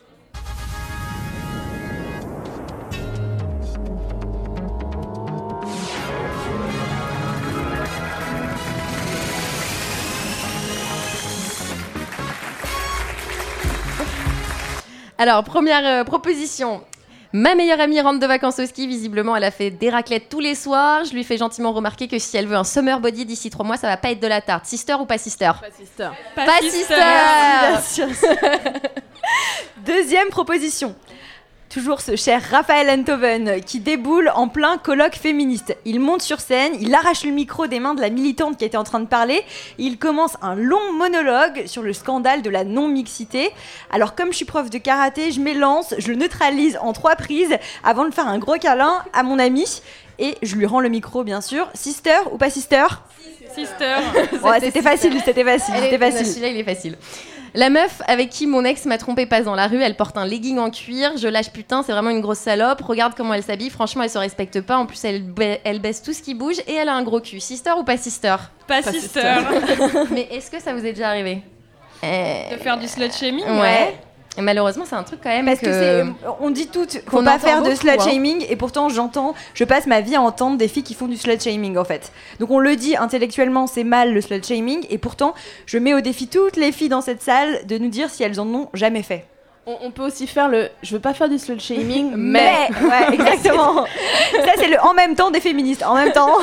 S5: Alors, première euh, proposition. Ma meilleure amie rentre de vacances au ski. Visiblement, elle a fait des raclettes tous les soirs. Je lui fais gentiment remarquer que si elle veut un summer body d'ici trois mois, ça va pas être de la tarte. Sister ou pas sister ?
S8: Pas sister.
S5: Pas, pas sister.
S6: sister. Deuxième proposition. Toujours ce cher Raphaël Enthoven qui déboule en plein colloque féministe. Il monte sur scène, il arrache le micro des mains de la militante qui était en train de parler et il commence un long monologue sur le scandale de la non-mixité. Alors comme je suis prof de karaté, je m'élance, je le neutralise en trois prises avant de faire un gros câlin à mon ami et je lui rends le micro bien sûr. Sister ou pas sister ?
S7: Sister.
S6: Ouais, c'était facile, c'était facile, c'était facile.
S5: Celui-là, il est facile. La meuf avec qui mon ex m'a trompé passe dans la rue, elle porte un legging en cuir, je lâche putain, c'est vraiment une grosse salope, regarde comment elle s'habille, franchement elle se respecte pas, en plus elle, ba- elle baisse tout ce qui bouge et elle a un gros cul. Sister ou pas sister ?
S7: Pas, pas sister.
S5: sister. Mais est-ce que ça vous est déjà arrivé ?
S7: euh... De faire du slut shaming ?
S5: Ouais. ouais. Et malheureusement, c'est un truc quand même
S6: parce
S5: que...
S6: que c'est, on dit toutes faut pas faire de slut shaming hein. Et pourtant j'entends, je passe ma vie à entendre des filles qui font du slut shaming en fait. Donc on le dit intellectuellement, c'est mal le slut shaming et pourtant je mets au défi toutes les filles dans cette salle de nous dire si elles en ont jamais fait.
S8: On, on peut aussi faire le je veux pas faire du slut shaming mais,
S6: mais ouais exactement. Ça c'est le en même temps des féministes en même temps.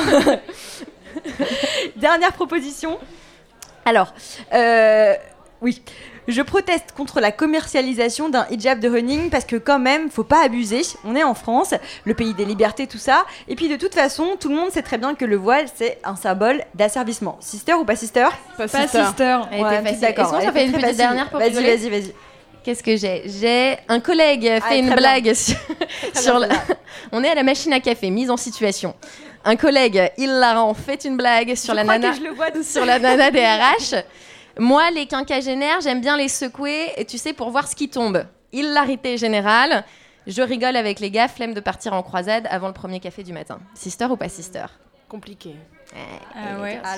S6: Dernière proposition. Alors euh, oui. Je proteste contre la commercialisation d'un hijab de running parce que quand même, faut pas abuser. On est en France, le pays des libertés, tout ça. Et puis de toute façon, tout le monde sait très bien que le voile, c'est un symbole d'asservissement. Sister ou pas sister ?
S7: Pas, pas sister. sister.
S5: Elle ouais, était facile. D'accord. Est-ce qu'on fait une petite facile. Dernière pour
S6: Vas-y,
S5: rigoler ?
S6: vas-y, vas-y.
S5: Qu'est-ce que j'ai ? J'ai un collègue fait ah, une blague bien. sur, sur la... On est à la machine à café, mise en situation. Un collègue, hilarant, fait une blague sur
S6: je
S5: la nana,
S6: que je le vois
S5: sur la nana des R H. Moi, les quinquagénaires, j'aime bien les secouer, et tu sais, pour voir ce qui tombe. Hilarité générale. Je rigole avec les gars, flemme de partir en croisade avant le premier café du matin. Sister ou pas sister ?
S8: Compliqué.
S5: Ouais,
S7: ah ouais.
S6: Alors ?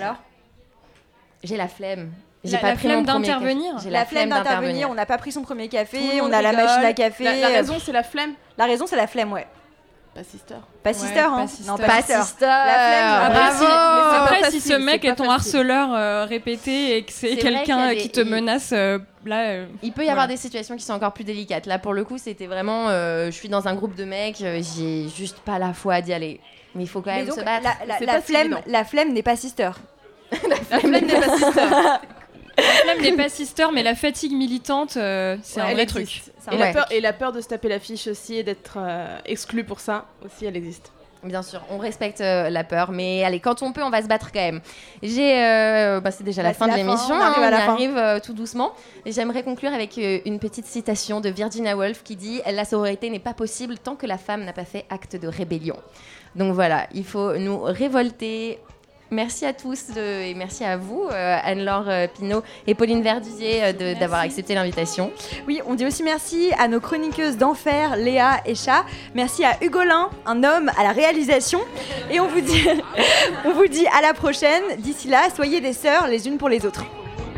S5: J'ai la flemme. J'ai
S7: la,
S5: pas
S7: la
S5: pris
S7: flemme
S5: mon premier
S7: d'intervenir.
S5: Café. J'ai
S6: la,
S5: la
S6: flemme
S5: flemme
S6: d'intervenir.
S5: d'intervenir.
S6: On n'a pas pris son premier café.
S8: On
S6: a
S8: rigole.
S6: la machine à café.
S8: La, la raison, c'est la flemme.
S6: La raison, c'est la flemme, ouais.
S8: Pas sister.
S6: Pas sister,
S7: ouais,
S6: hein.
S7: Pas sister.
S6: Non,
S5: pas,
S6: pas
S5: sister.
S6: sister.
S5: La flemme.
S7: Après, si, après
S8: facile,
S7: si ce mec est, est ton
S8: facile.
S7: harceleur euh, répété et que c'est, c'est quelqu'un des, qui te il, menace, euh, là. Euh,
S5: il peut y
S7: voilà.
S5: avoir des situations qui sont encore plus délicates. Là, pour le coup, c'était vraiment. Euh, je suis dans un groupe de mecs, euh, j'ai juste pas la foi d'y aller. Mais il faut quand même
S6: donc,
S5: se battre.
S6: La, la, la, flemme, la flemme n'est pas sister.
S5: la flemme n'est pas sister.
S7: La flemme n'est pas sister, mais la fatigue militante, euh, c'est
S8: ouais,
S7: un vrai
S8: existe.
S7: truc.
S8: Et, ouais. la peur, et la peur de se taper l'affiche aussi et d'être euh, exclu pour ça aussi, elle existe.
S5: Bien sûr, on respecte euh, la peur, mais allez, quand on peut, on va se battre quand même. J'ai, euh, bah, c'est déjà bah, la fin de l'émission,
S6: fin, on arrive,
S5: hein,
S6: à la
S5: on
S6: fin.
S5: arrive euh, tout doucement. Et j'aimerais conclure avec euh, une petite citation de Virginia Woolf qui dit « La sororité n'est pas possible tant que la femme n'a pas fait acte de rébellion ». Donc voilà, il faut nous révolter. Merci à tous de, et merci à vous, euh, Anne-Laure euh, Pinault et Pauline Verdusier, euh, de, d'avoir accepté l'invitation.
S6: Oui, on dit aussi merci à nos chroniqueuses d'enfer, Léa et Chat. Merci à Hugolin, un homme à la réalisation. Et on vous dit, on vous dit à la prochaine. D'ici là, soyez des sœurs les unes pour les autres.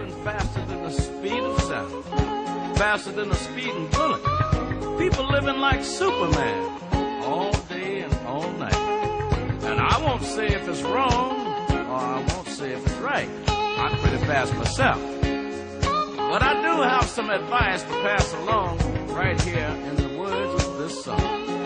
S12: Faster than a speeding bullet. People living like Superman all day and all night. And I won't say if it's wrong, or I won't say if it's right. I'm pretty fast myself. But I do have some advice to pass along right here in the words of this song.